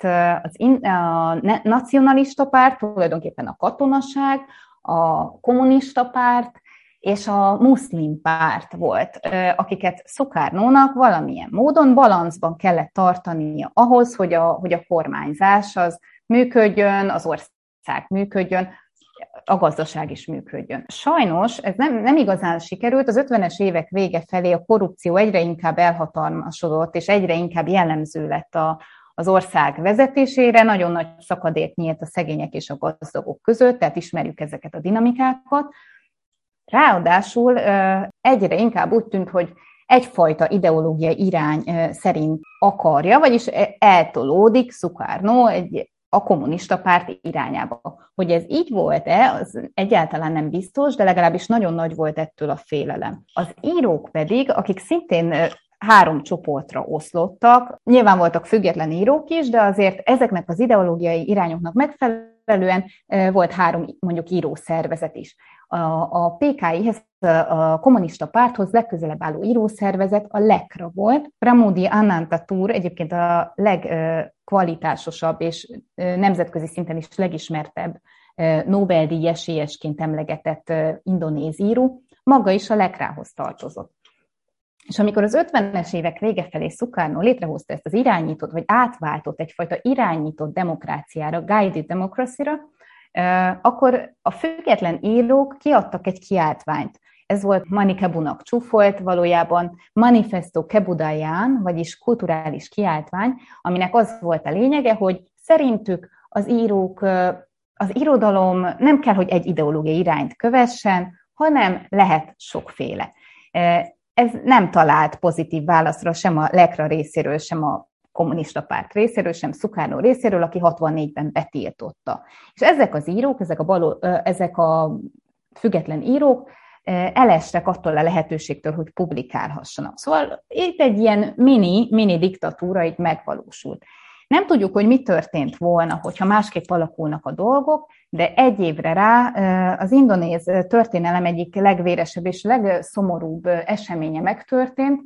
a nacionalista párt, tulajdonképpen a katonaság, a kommunista párt, és a muszlim párt volt, akiket Sukarnónak valamilyen módon balanszban kellett tartania ahhoz, hogy a kormányzás az működjön, az ország működjön, a gazdaság is működjön. Sajnos ez nem igazán sikerült, az 50-es évek vége felé a korrupció egyre inkább elhatalmasodott, és egyre inkább jellemző lett az ország vezetésére, nagyon nagy szakadék nyílt a szegények és a gazdagok között, tehát ismerjük ezeket a dinamikákat. Ráadásul egyre inkább úgy tűnt, hogy egyfajta ideológiai irány szerint akarja, vagyis eltolódik Sukarno a kommunista párt irányába. Hogy ez így volt-e, az egyáltalán nem biztos, de legalábbis nagyon nagy volt ettől a félelem. Az írók pedig, akik szintén 3 csoportra oszlottak, nyilván voltak független írók is, de azért ezeknek az ideológiai irányoknak megfelelően volt 3 mondjuk írószervezet is. A PKI-hez, a kommunista párthoz legközelebb álló írószervezet a LEKRA volt. Pramudi Anantatur egyébként a legkvalitásosabb és nemzetközi szinten is legismertebb Nobel-díj esélyesként emlegetett indonéz író, maga is a LEKRA-hoz tartozott. És amikor az 50-es évek vége felé Sukarno létrehozta ezt az irányított, vagy átváltott egyfajta irányított demokráciára, guided democracy-ra, akkor a független írók kiadtak egy kiáltványt. Ez volt Mani Kebunak csúfolt, valójában Manifesto Kebudayán, vagyis kulturális kiáltvány, aminek az volt a lényege, hogy szerintük az írók, az irodalom nem kell, hogy egy ideológiai irányt kövessen, hanem lehet sokféle. Ez nem talált pozitív válaszra sem a LEKRA részéről, sem a kommunista párt részéről, sem Sukarno részéről, aki 64-ben betiltotta. És ezek az írók, ezek a független írók elestek attól a lehetőségtől, hogy publikálhassanak. Szóval itt egy ilyen mini diktatúra itt megvalósult. Nem tudjuk, hogy mi történt volna, hogyha másképp alakulnak a dolgok, de egy évre rá az indonéz történelem egyik legvéresebb és legszomorúbb eseménye megtörtént,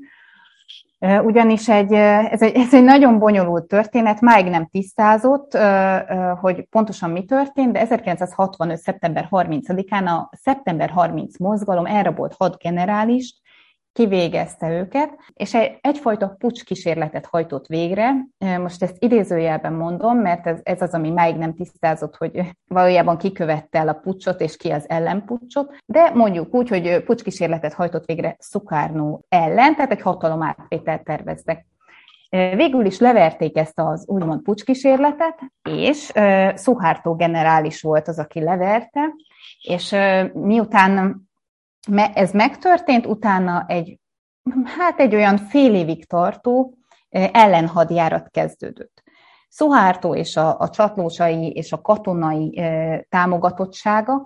ugyanis ez egy nagyon bonyolult történet, máig nem tisztázott, hogy pontosan mi történt, de 1965. szeptember 30-án a Szeptember 30 mozgalom elrabolt 6 generálist, kivégezte őket, és egyfajta puccs-kísérletet hajtott végre. Most ezt idézőjelben mondom, mert ez az, ami máig nem tisztázott, hogy valójában ki követte el a puccsot, és ki az ellenpuccsot, de mondjuk úgy, hogy puccs-kísérletet hajtott végre Sukarno ellen, tehát egy hatalomátvételt terveztek. Végül is leverték ezt az úgymond puccs-kísérletet, és Suharto generális volt az, aki leverte, és miután ez megtörtént, utána egy olyan fél évig tartó ellenhadjárat kezdődött. Suharto és a csatlósai és a katonai támogatottsága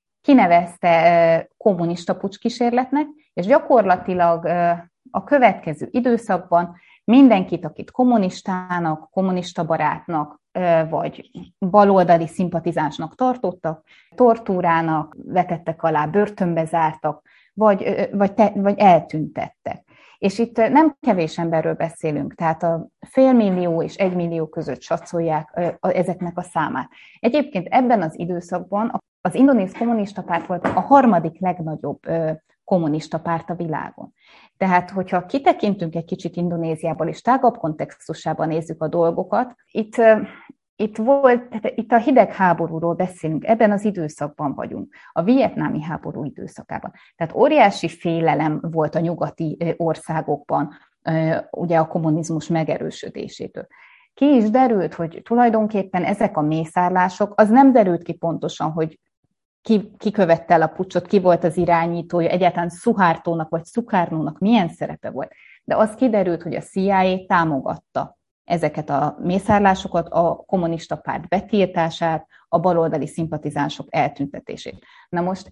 kinevezte kommunista puccs kísérletnek, és gyakorlatilag a következő időszakban mindenkit, akit kommunistának, kommunista barátnak, vagy baloldali szimpatizánsnak tartottak, tortúrának vetettek alá, börtönbe zártak, vagy eltüntettek. És itt nem kevés emberről beszélünk, tehát a 500 000 és 1 millió között satszolják ezeknek a számát. Egyébként ebben az időszakban az indonéz kommunista párt volt a harmadik legnagyobb kommunista párt a világon. Tehát, hogyha kitekintünk egy kicsit Indonéziából, és tágabb kontextusában nézzük a dolgokat, itt a hidegháborúról beszélünk, ebben az időszakban vagyunk, a vietnámi háború időszakában. Tehát óriási félelem volt a nyugati országokban, ugye a kommunizmus megerősödésétől. Ki is derült, hogy tulajdonképpen ezek a mészárlások, az nem derült ki pontosan, hogy ki követte el a puccsot, ki volt az irányítója, egyáltalán Suhartónak vagy Sukarnónak milyen szerepe volt. De az kiderült, hogy a CIA támogatta ezeket a mészárlásokat, a kommunista párt betiltását, a baloldali szimpatizánsok eltüntetését. Na most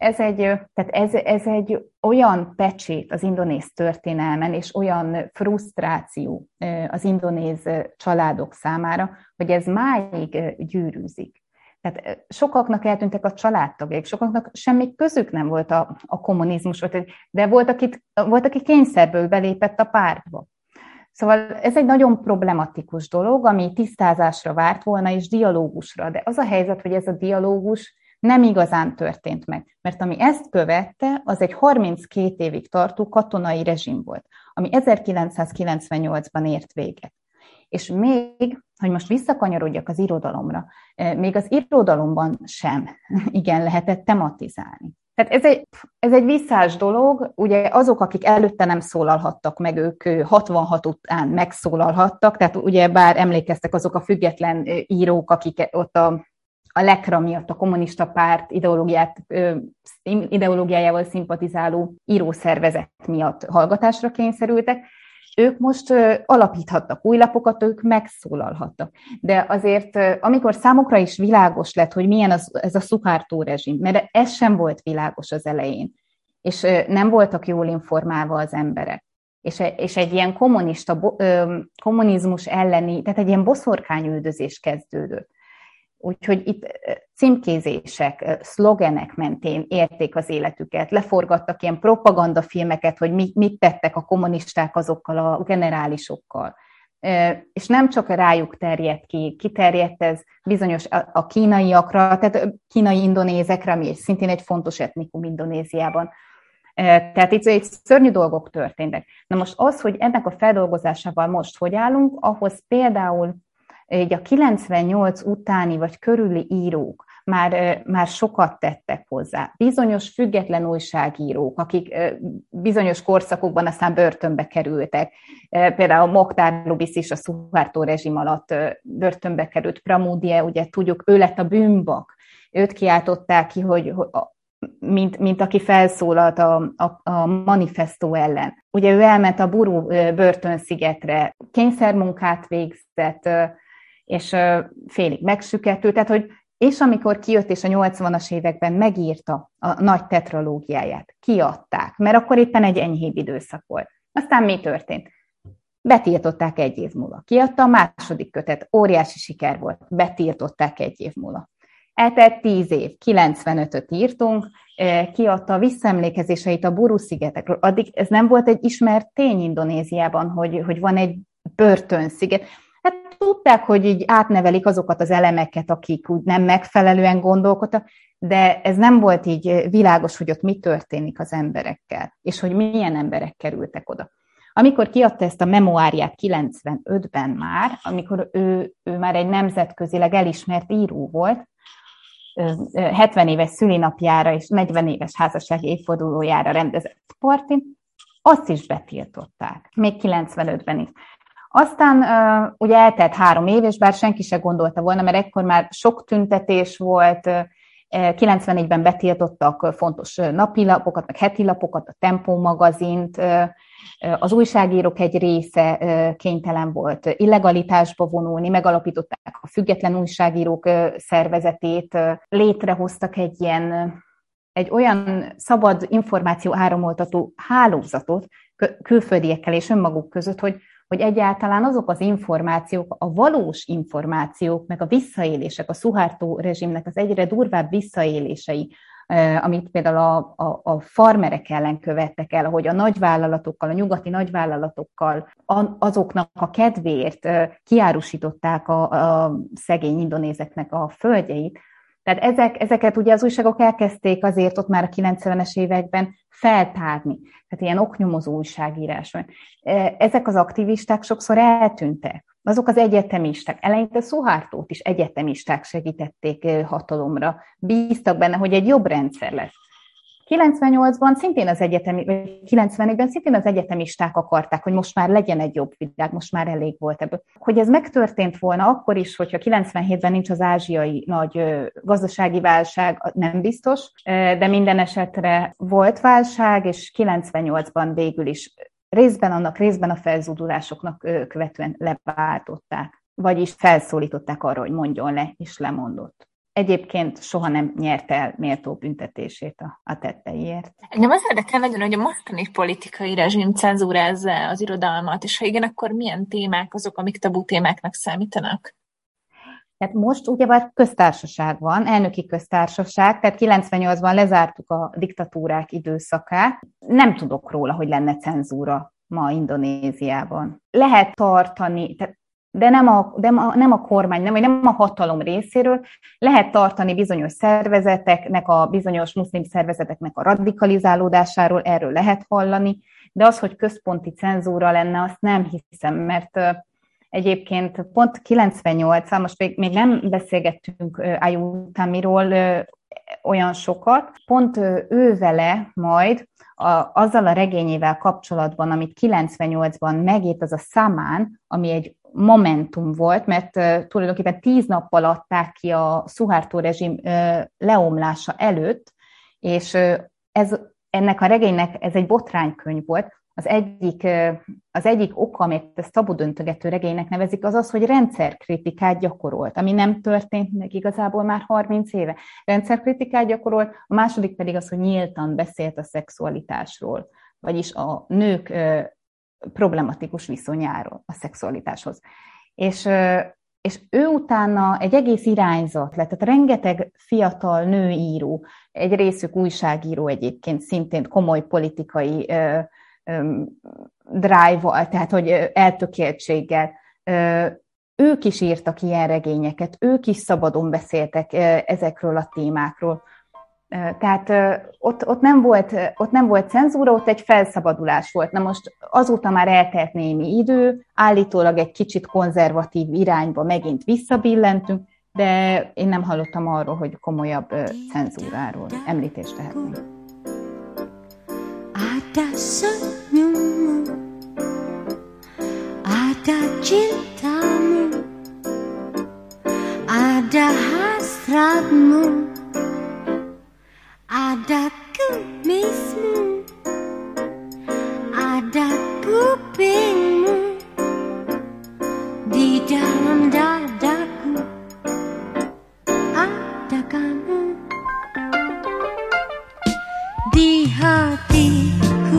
ez egy olyan pecsét az indonéz történelmen, és olyan frusztráció az indonéz családok számára, hogy ez máig gyűrűzik. Tehát sokaknak eltűntek a családtagjaik, sokaknak semmi közük nem volt a kommunizmus, de volt, aki kényszerből belépett a pártba. Szóval ez egy nagyon problematikus dolog, ami tisztázásra várt volna, és dialógusra, de az a helyzet, hogy ez a dialógus nem igazán történt meg, mert ami ezt követte, az egy 32 évig tartó katonai rezsim volt, ami 1998-ban ért véget. És még, hogy most visszakanyarodjak az irodalomra, még az irodalomban sem igen lehetett tematizálni. Tehát ez egy visszás dolog, ugye azok, akik előtte nem szólalhattak meg, ők 66 után megszólalhattak, tehát ugye bár emlékeztek azok a független írók, akik ott a lekra miatt a kommunista párt ideológiájával szimpatizáló írószervezet miatt hallgatásra kényszerültek, ők most alapíthattak új lapokat, ők megszólalhattak. De azért, amikor számukra is világos lett, hogy milyen ez a Suharto rezsim, mert ez sem volt világos az elején, és nem voltak jól informálva az emberek, és egy ilyen kommunizmus elleni, tehát egy ilyen boszorkányüldözés kezdődött. Úgyhogy itt címkézések, szlogenek mentén érték az életüket, leforgattak ilyen propagandafilmeket, hogy mit tettek a kommunisták azokkal a generálisokkal. És nem csak rájuk terjedt ki, kiterjedt ez bizonyos a kínaiakra, tehát kínai indonézekre, ami szintén egy fontos etnikum Indonéziában. Tehát itt egy szörnyű dolgok történtek. Na most az, hogy ennek a feldolgozásával most hogy állunk, ahhoz például így a 98 utáni vagy körüli írók már sokat tettek hozzá. Bizonyos független újságírók, akik bizonyos korszakokban aztán börtönbe kerültek. Például Mokhtar Lubis is a Suharto rezsim alatt börtönbe került. Pramudie, ugye tudjuk, ő lett a bűnbak. Őt kiáltották ki, hogy mint aki felszólalt a manifestó ellen. Ugye ő elment a Buru börtönszigetre, kényszermunkát végzett, és félig megsüketült, tehát és amikor kijött, és a 80-as években megírta a nagy tetralógiáját, kiadták, mert akkor éppen egy enyhébb időszak volt. Aztán mi történt? Betiltották 1 év múlva. Kiadta a második kötet, óriási siker volt, betiltották 1 év múlva. Eltelt 10 év, 95-öt írtunk, kiadta a visszaemlékezéseit a Buru-szigetekről. Addig ez nem volt egy ismert tény Indonéziában, hogy van egy börtönsziget. Hát tudták, hogy így átnevelik azokat az elemeket, akik úgy nem megfelelően gondolkodtak, de ez nem volt így világos, hogy ott mi történik az emberekkel, és hogy milyen emberek kerültek oda. Amikor kiadta ezt a memoárját 95-ben már, amikor ő már egy nemzetközileg elismert író volt, 70 éves szülinapjára és 40 éves házassági évfordulójára rendezett partin, azt is betiltották, még 95-ben is. Aztán ugye eltelt 3 év, és bár senki se gondolta volna, mert ekkor már sok tüntetés volt, 94-ben betiltottak fontos napilapokat, meg hetilapokat, a Tempó magazint, az újságírók egy része kénytelen volt illegalitásba vonulni, megalapították a független újságírók szervezetét, létrehoztak egy olyan szabad információ áramoltató hálózatot külföldiekkel és önmaguk között, hogy egyáltalán azok az információk, a valós információk, meg a visszaélések, a Suharto rezsimnek az egyre durvább visszaélései, amit például a farmerek ellen követtek el, hogy a nagyvállalatokkal, a nyugati nagyvállalatokkal azoknak a kedvéért kiárusították a szegény indonézeknek a földjeit. Tehát ezeket ugye az újságok elkezdték azért ott már a 90-es években feltárni. Tehát ilyen oknyomozó újságírás. Ezek az aktivisták sokszor eltűntek. Azok az egyetemisták, eleinte Suhartót is egyetemisták segítették hatalomra. Bíztak benne, hogy egy jobb rendszer lesz. 98-ban szintén vagy 94-ben szintén az egyetemisták akarták, hogy most már legyen egy jobb világ, most már elég volt ebből. Hogy ez megtörtént volna akkor is, hogyha 97-ben nincs az ázsiai nagy gazdasági válság, nem biztos, de minden esetre volt válság, és 98-ban végül is részben a felzúdulásoknak követően leváltották, vagyis felszólították arra, hogy mondjon le, és lemondott. Egyébként soha nem nyert el méltó büntetését a tetteiért. Engem az érdekel nagyon, hogy a mostani politikai rezsim cenzúrázza az irodalmat, és ha igen, akkor milyen témák azok, amik tabu témáknak számítanak? Tehát most ugyebár köztársaság van, elnöki köztársaság, tehát 98-ban lezártuk a diktatúrák időszakát. Nem tudok róla, hogy lenne cenzúra ma Indonéziában. Lehet tartani, de nem a kormány, nem a hatalom részéről, lehet tartani bizonyos szervezeteknek, a bizonyos muszlim szervezeteknek a radikalizálódásáról, erről lehet hallani, de az, hogy központi cenzúra lenne, azt nem hiszem, mert egyébként pont 98-ban, most még nem beszélgettünk Ayutthamiról olyan sokat, pont ő vele majd azzal a regényével kapcsolatban, amit 98-ban megírt, az a Saman, ami egy momentum volt, mert tulajdonképpen 10 nappal adták ki a Suharto rezsim leomlása előtt, és ennek a regénynek ez egy botránykönyv volt. Az egyik oka, amit ezt tabudöntögető regénynek nevezik, az az, hogy rendszerkritikát gyakorolt, ami nem történt meg igazából már 30 éve. Rendszerkritikát gyakorolt, a második pedig az, hogy nyíltan beszélt a szexualitásról, vagyis a nők problematikus viszonyáról a szexualitáshoz. És ő utána egy egész irányzat lett, tehát rengeteg fiatal nőíró, egy részük újságíró egyébként, szintén komoly politikai drive-val, tehát hogy eltökéltséggel. Ők is írtak ilyen regényeket, ők is szabadon beszéltek ezekről a témákról. Tehát ott nem volt cenzúra, ott egy felszabadulás volt. Na most azóta már eltelt némi idő, állítólag egy kicsit konzervatív irányba megint visszabillentünk, de én nem hallottam arról, hogy komolyabb cenzúráról említést tehetnénk. Ada senyummu, ada cintamu, ada hasratmu, ada kumismu, ada kupingmu di dalam dadaku, ada kamu di hatiku,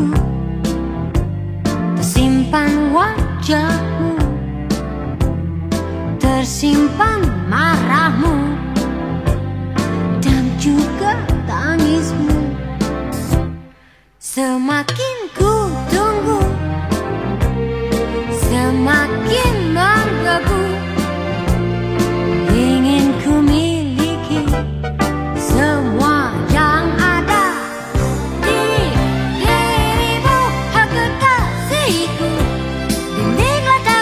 tersimpan wajahmu, tersimpan marahmu dan juga tangismu. Semakin ku tunggu, semakin menggebu, ingin ku miliki semua yang ada di dirimu, aku kasihku. Bimbinglah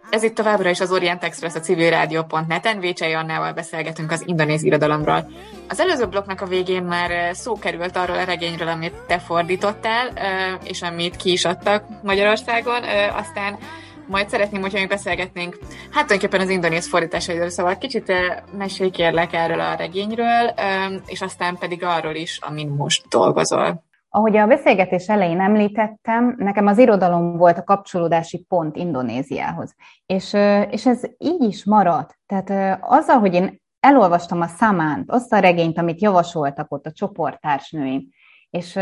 Ez itt továbbra is az Orient Express a civilrádió.net-en, Vécsei Annával beszélgetünk az indonéz irodalomról. Az előző blokknak a végén már szó került arról a regényről, amit te fordítottál, és amit ki is adtak Magyarországon, aztán majd szeretném, hogyha mi beszélgetnénk, hát tulajdonképpen az indonéz fordításairól, szóval kicsit mesélj kérlek erről a regényről, és aztán pedig arról is, amin most dolgozol. Ahogy a beszélgetés elején említettem, nekem az irodalom volt a kapcsolódási pont Indonéziához. És ez így is maradt. Tehát azzal, hogy én elolvastam a Samánt, azt a regényt, amit javasoltak ott a csoporttársnőim, és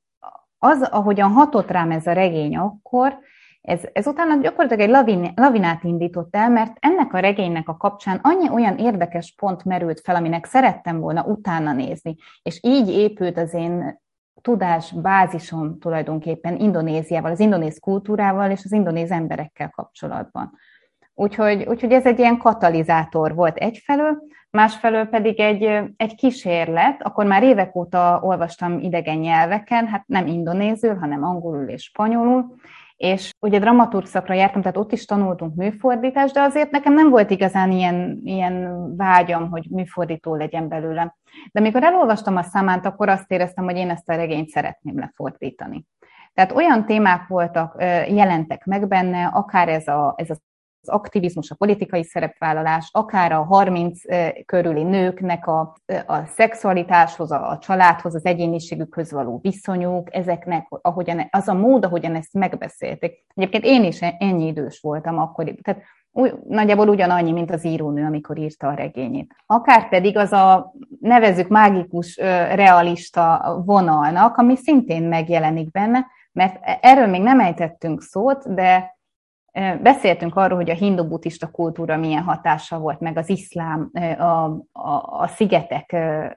az, ahogyan hatott rám ez a regény akkor, ez utána gyakorlatilag egy lavinát indított el, mert ennek a regénynek a kapcsán annyi olyan érdekes pont merült fel, aminek szerettem volna utána nézni. És így épült az én tudásbázisom tulajdonképpen Indonéziával, az indonéz kultúrával és az indonéz emberekkel kapcsolatban. Úgyhogy ez egy ilyen katalizátor volt egyfelől, másfelől pedig egy kísérlet, akkor már évek óta olvastam idegen nyelveken, hát nem indonézül, hanem angolul és spanyolul, és ugye dramaturg szakra jártam, tehát ott is tanultunk műfordítást, de azért nekem nem volt igazán ilyen vágyam, hogy műfordító legyen belőlem. De amikor elolvastam a Samánt, akkor azt éreztem, hogy én ezt a regényt szeretném lefordítani. Tehát olyan témák voltak, jelentek meg benne, akár ez az aktivizmus, a politikai szerepvállalás, akár a 30 körüli nőknek a szexualitáshoz, a családhoz, az egyéniségükhöz való viszonyuk, ezeknek az a mód, ahogyan ezt megbeszélték. Egyébként én is ennyi idős voltam akkor, tehát nagyjából ugyanannyi, mint az írónő, amikor írta a regényét. Akár pedig az a nevezzük mágikus realista vonalnak, ami szintén megjelenik benne, mert erről még nem ejtettünk szót, de beszéltünk arról, hogy a hindu-buddhista kultúra milyen hatással volt, meg az iszlám a szigetek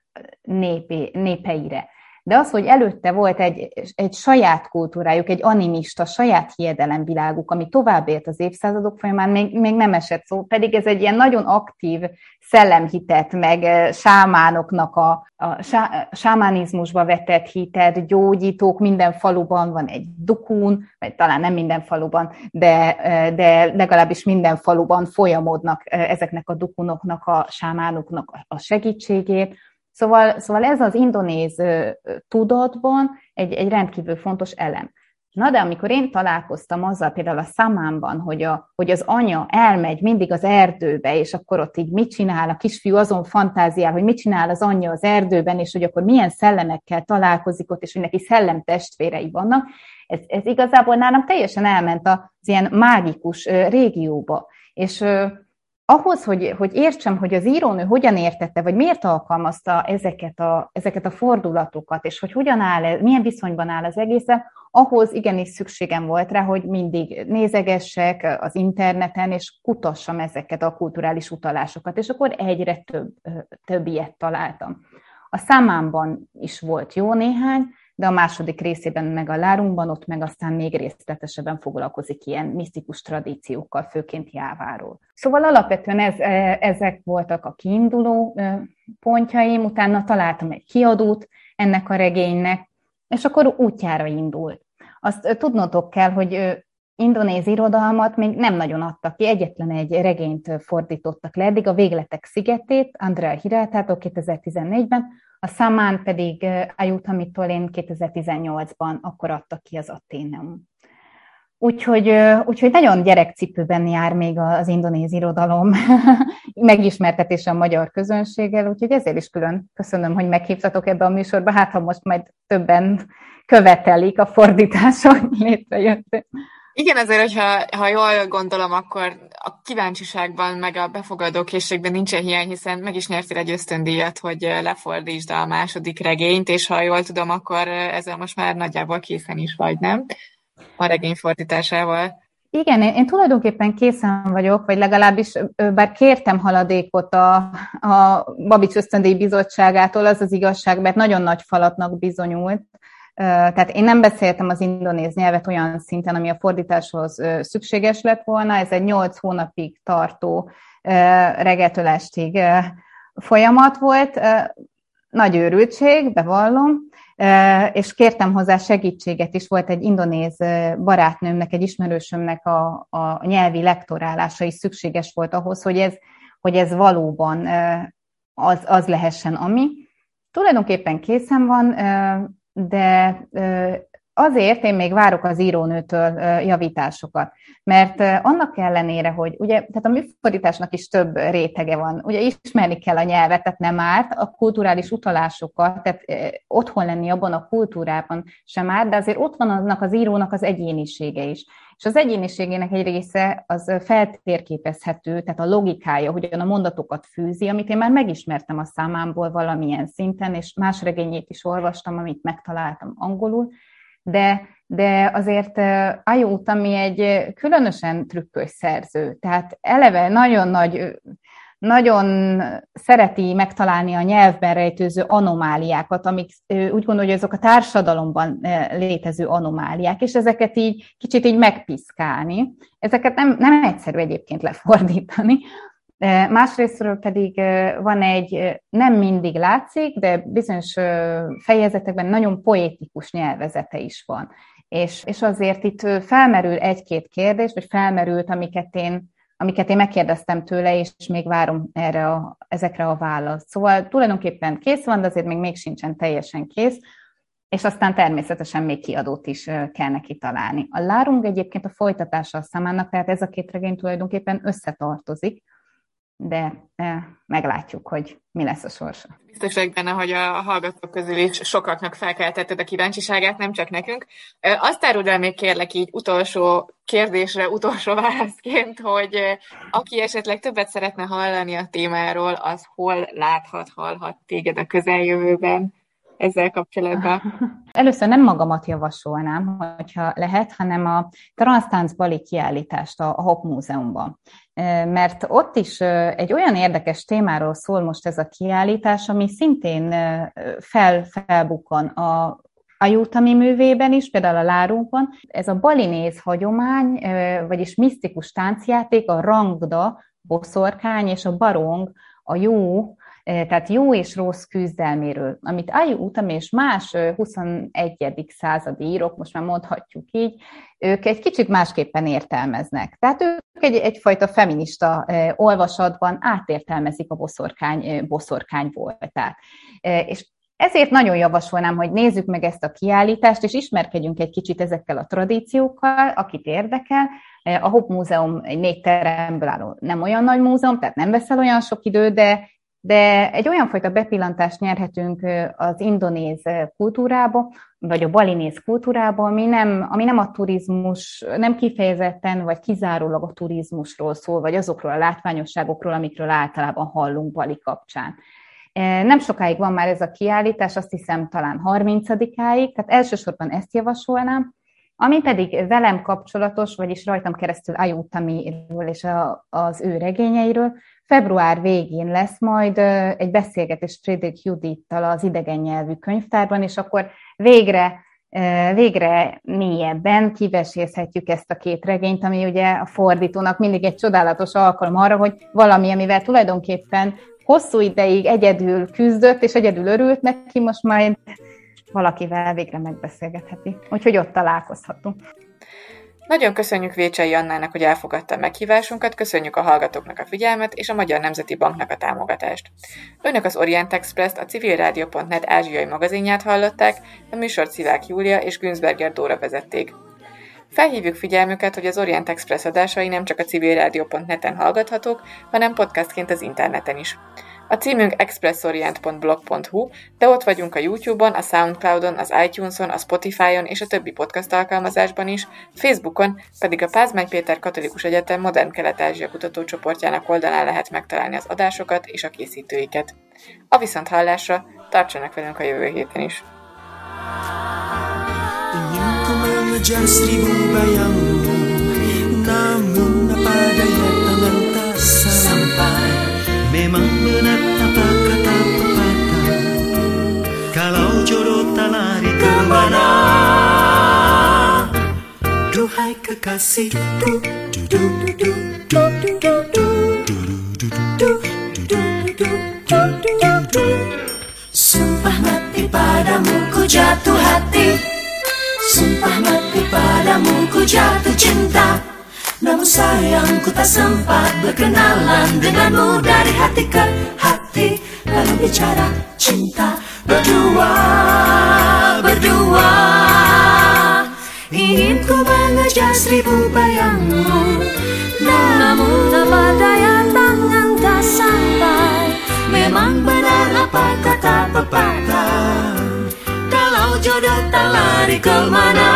népeire. De az, hogy előtte volt egy saját kultúrájuk, egy animista, saját hiedelemviláguk, ami tovább élt az évszázadok folyamán, még nem esett szó, pedig ez egy ilyen nagyon aktív szellemhitet, meg sámánoknak a sámánizmusba vetett hitet, gyógyítók, minden faluban van egy dukun, vagy talán nem minden faluban, de legalábbis minden faluban folyamodnak ezeknek a dukunoknak, a sámánoknak a segítségét. Szóval ez az indonéz tudatban egy rendkívül fontos elem. Na de amikor én találkoztam azzal például a Samánban, hogy az anya elmegy mindig az erdőbe, és akkor ott így mit csinál, a kisfiú azon fantáziál, hogy mit csinál az anyja az erdőben, és hogy akkor milyen szellemekkel találkozik ott, és hogy neki szellemtestvérei vannak, ez igazából nálam teljesen elment az ilyen mágikus régióba. És ahhoz, hogy értsem, hogy az írónő hogyan értette, vagy miért alkalmazta ezeket a fordulatokat, és hogy milyen viszonyban áll az egészen, ahhoz igenis szükségem volt rá, hogy mindig nézegessek az interneten, és kutassam ezeket a kulturális utalásokat, és akkor egyre több ilyet találtam. A Samánban is volt jó néhány, de a második részében meg a Lárumban, ott meg aztán még részletesebben foglalkozik ilyen misztikus tradíciókkal, főként Jáváról. Szóval alapvetően ezek voltak a kiinduló pontjaim, utána találtam egy kiadót ennek a regénynek, és akkor útjára indult. Azt tudnotok kell, hogy indonéz irodalmat még nem nagyon adtak ki, egyetlen egy regényt fordítottak le, eddig a Végletek szigetét, Andrea Hirátától 2014-ben, a Samán pedig Ayuthamitól én 2018-ban akkor adtak ki az Athéneum. Úgyhogy nagyon gyerekcipőben jár még az indonéz irodalom megismertetése a magyar közönséggel, úgyhogy ezért is külön köszönöm, hogy meghívtatok ebbe a műsorba, hát ha most majd többen követelik a fordítások létrejöttét. Igen, azért, hogyha jól gondolom, akkor a kíváncsiságban, meg a befogadó készségben nincsen hiány, hiszen meg is nyertél egy ösztöndíjat, hogy lefordítsd a második regényt, és ha jól tudom, akkor ezzel most már nagyjából készen is vagy, nem? A regény fordításával. Igen, én tulajdonképpen készen vagyok, vagy legalábbis bár kértem haladékot a Babics Ösztöndíj Bizottságától, az az igazság, mert nagyon nagy falatnak bizonyult. Tehát én nem beszéltem az indonéz nyelvet olyan szinten, ami a fordításhoz szükséges lett volna. Ez egy 8 hónapig tartó reggeltől estig folyamat volt. Nagy őrültség, bevallom, és kértem hozzá segítséget is. Volt egy indonéz barátnőmnek, egy ismerősömnek a nyelvi lektorálása is szükséges volt ahhoz, hogy ez valóban az lehessen, ami. Tulajdonképpen készen van, de azért én még várok az írónőtől javításokat, mert annak ellenére, hogy ugye, tehát a műfordításnak is több rétege van, ugye ismerni kell a nyelvet, tehát nem árt, a kulturális utalásokat, tehát otthon lenni abban a kultúrában sem árt, de azért ott van annak az írónak az egyénisége is. És az egyéniségének egy része az feltérképezhető, tehát a logikája, hogyan a mondatokat fűzi, amit én már megismertem a számámból valamilyen szinten, és más regényét is olvastam, amit megtaláltam angolul, de azért Ayu Utami egy különösen trükkös szerző, tehát eleve nagyon szereti megtalálni a nyelvben rejtőző anomáliákat, amik úgy gondolja, hogy azok a társadalomban létező anomáliák, és ezeket így kicsit így megpiszkálni. Ezeket nem egyszerű egyébként lefordítani. Másrésztről pedig van egy, nem mindig látszik, de bizonyos fejezetekben nagyon poétikus nyelvezete is van. És azért itt felmerül egy-két kérdés, vagy felmerült, amiket én megkérdeztem tőle, és még várom ezekre a választ. Szóval tulajdonképpen kész van, de azért még sincsen teljesen kész, és aztán természetesen még kiadót is kell neki találni. A Lárung egyébként a folytatása a Samának, tehát ez a két regény tulajdonképpen összetartozik, de meglátjuk, hogy mi lesz a sorsa. Biztos vagyok benne, hogy a hallgatók közül is sokaknak felkeltetted a kíváncsiságát, nem csak nekünk. Azt áruld el még kérlek így utolsó kérdésre, utolsó válaszként, hogy aki esetleg többet szeretne hallani a témáról, az hol hallhat téged a közeljövőben ezzel kapcsolatban? Először nem magamat javasolnám, hogyha lehet, hanem a transztánc bali kiállítást a Hope Múzeumban. Mert ott is egy olyan érdekes témáról szól most ez a kiállítás, ami szintén felbukkan a Ayu Utami művében is, például a Lárungban. Ez a balinéz hagyomány, vagyis misztikus táncjáték, a rangda, boszorkány és a barong, a jó, tehát jó és rossz küzdelméről, amit Ayu Utami és más 21. századi írók, most már mondhatjuk így, ők egy kicsit másképpen értelmeznek. Tehát ők egyfajta feminista olvasatban átértelmezik a boszorkány voltát. És ezért nagyon javasolnám, hogy nézzük meg ezt a kiállítást, és ismerkedjünk egy kicsit ezekkel a tradíciókkal, akit érdekel. A Hope Múzeum egy 4 teremből álló nem olyan nagy múzeum, tehát nem vesz el olyan sok idő, de egy olyan fajta bepillantást nyerhetünk az indonéz kultúrába, vagy a balinéz kultúrába, ami nem a turizmus, nem kifejezetten, vagy kizárólag a turizmusról szól, vagy azokról a látványosságokról, amikről általában hallunk Bali kapcsán. Nem sokáig van már ez a kiállítás, azt hiszem talán 30-áig, tehát elsősorban ezt javasolnám, ami pedig velem kapcsolatos, vagyis rajtam keresztül Ayu Utamiről és az ő regényeiről, február végén lesz majd egy beszélgetés Friedrich Judittal az Idegen nyelvű könyvtárban, és akkor végre mélyebben kivesézhetjük ezt a két regényt, ami ugye a fordítónak mindig egy csodálatos alkalom arra, hogy valami, amivel tulajdonképpen hosszú ideig egyedül küzdött, és egyedül örült neki, most majd valakivel végre megbeszélgetheti. Úgyhogy ott találkozhatunk. Nagyon köszönjük Vécsei Annának, hogy elfogadta a meghívásunkat, köszönjük a hallgatóknak a figyelmet és a Magyar Nemzeti Banknak a támogatást. Önök az Orient Express-t, a civilradio.net ázsiai magazinját hallották, a műsort Szivák Júlia és Günzberger Dóra vezették. Felhívjuk figyelmüket, hogy az Orient Express adásai nem csak a civilradio.net-en hallgathatók, hanem podcastként az interneten is. A címünk expressorient.blog.hu, de ott vagyunk a YouTube-on, a Soundcloud-on, az iTunes-on, a Spotify-on és a többi podcast alkalmazásban is, Facebookon pedig a Pázmány Péter Katolikus Egyetem Modern Kelet-Ázsia kutatócsoportjának oldalán lehet megtalálni az adásokat és a készítőiket. A viszonthallásra, tartsanak velünk a jövő héten is! Mengejar 1000 bayangmu, namun apa daya tangan tak sampai. Memang benar apa kata pepatah, kalau jodoh tak lari kemana. Duhai kekasihku, sumpah mati padamu ku jatuh. tak sempat berkenalan denganmu dari hati ke hati. Kalau bicara cinta berdua, berdua, ingin ku mengejar 1000 bayangmu, namun apa daya tangan tak sampai. Memang benar apa kata pepatah, kalau jodoh tak lari kemana.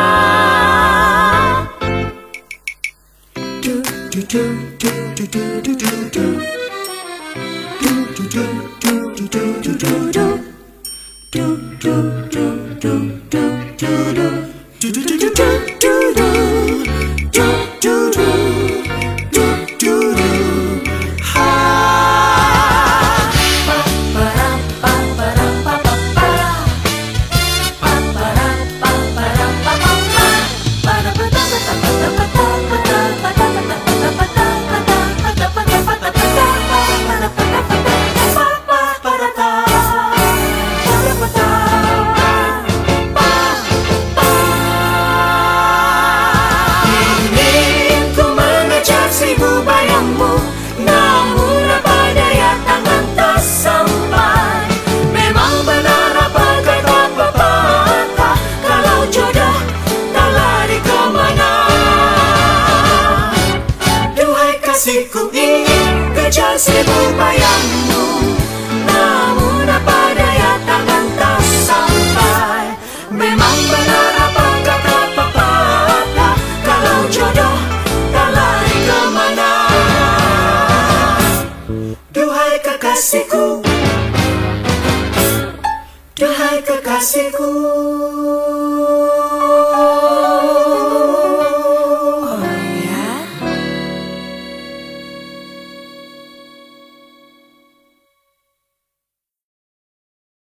Ku ingin kejar 1000 bayangmu, namun apa daya tangan tak sampai. Memang benar apa kata pepatah, kalau jodoh tak lari kemana. Duhai kekasihku, duhai kekasihku.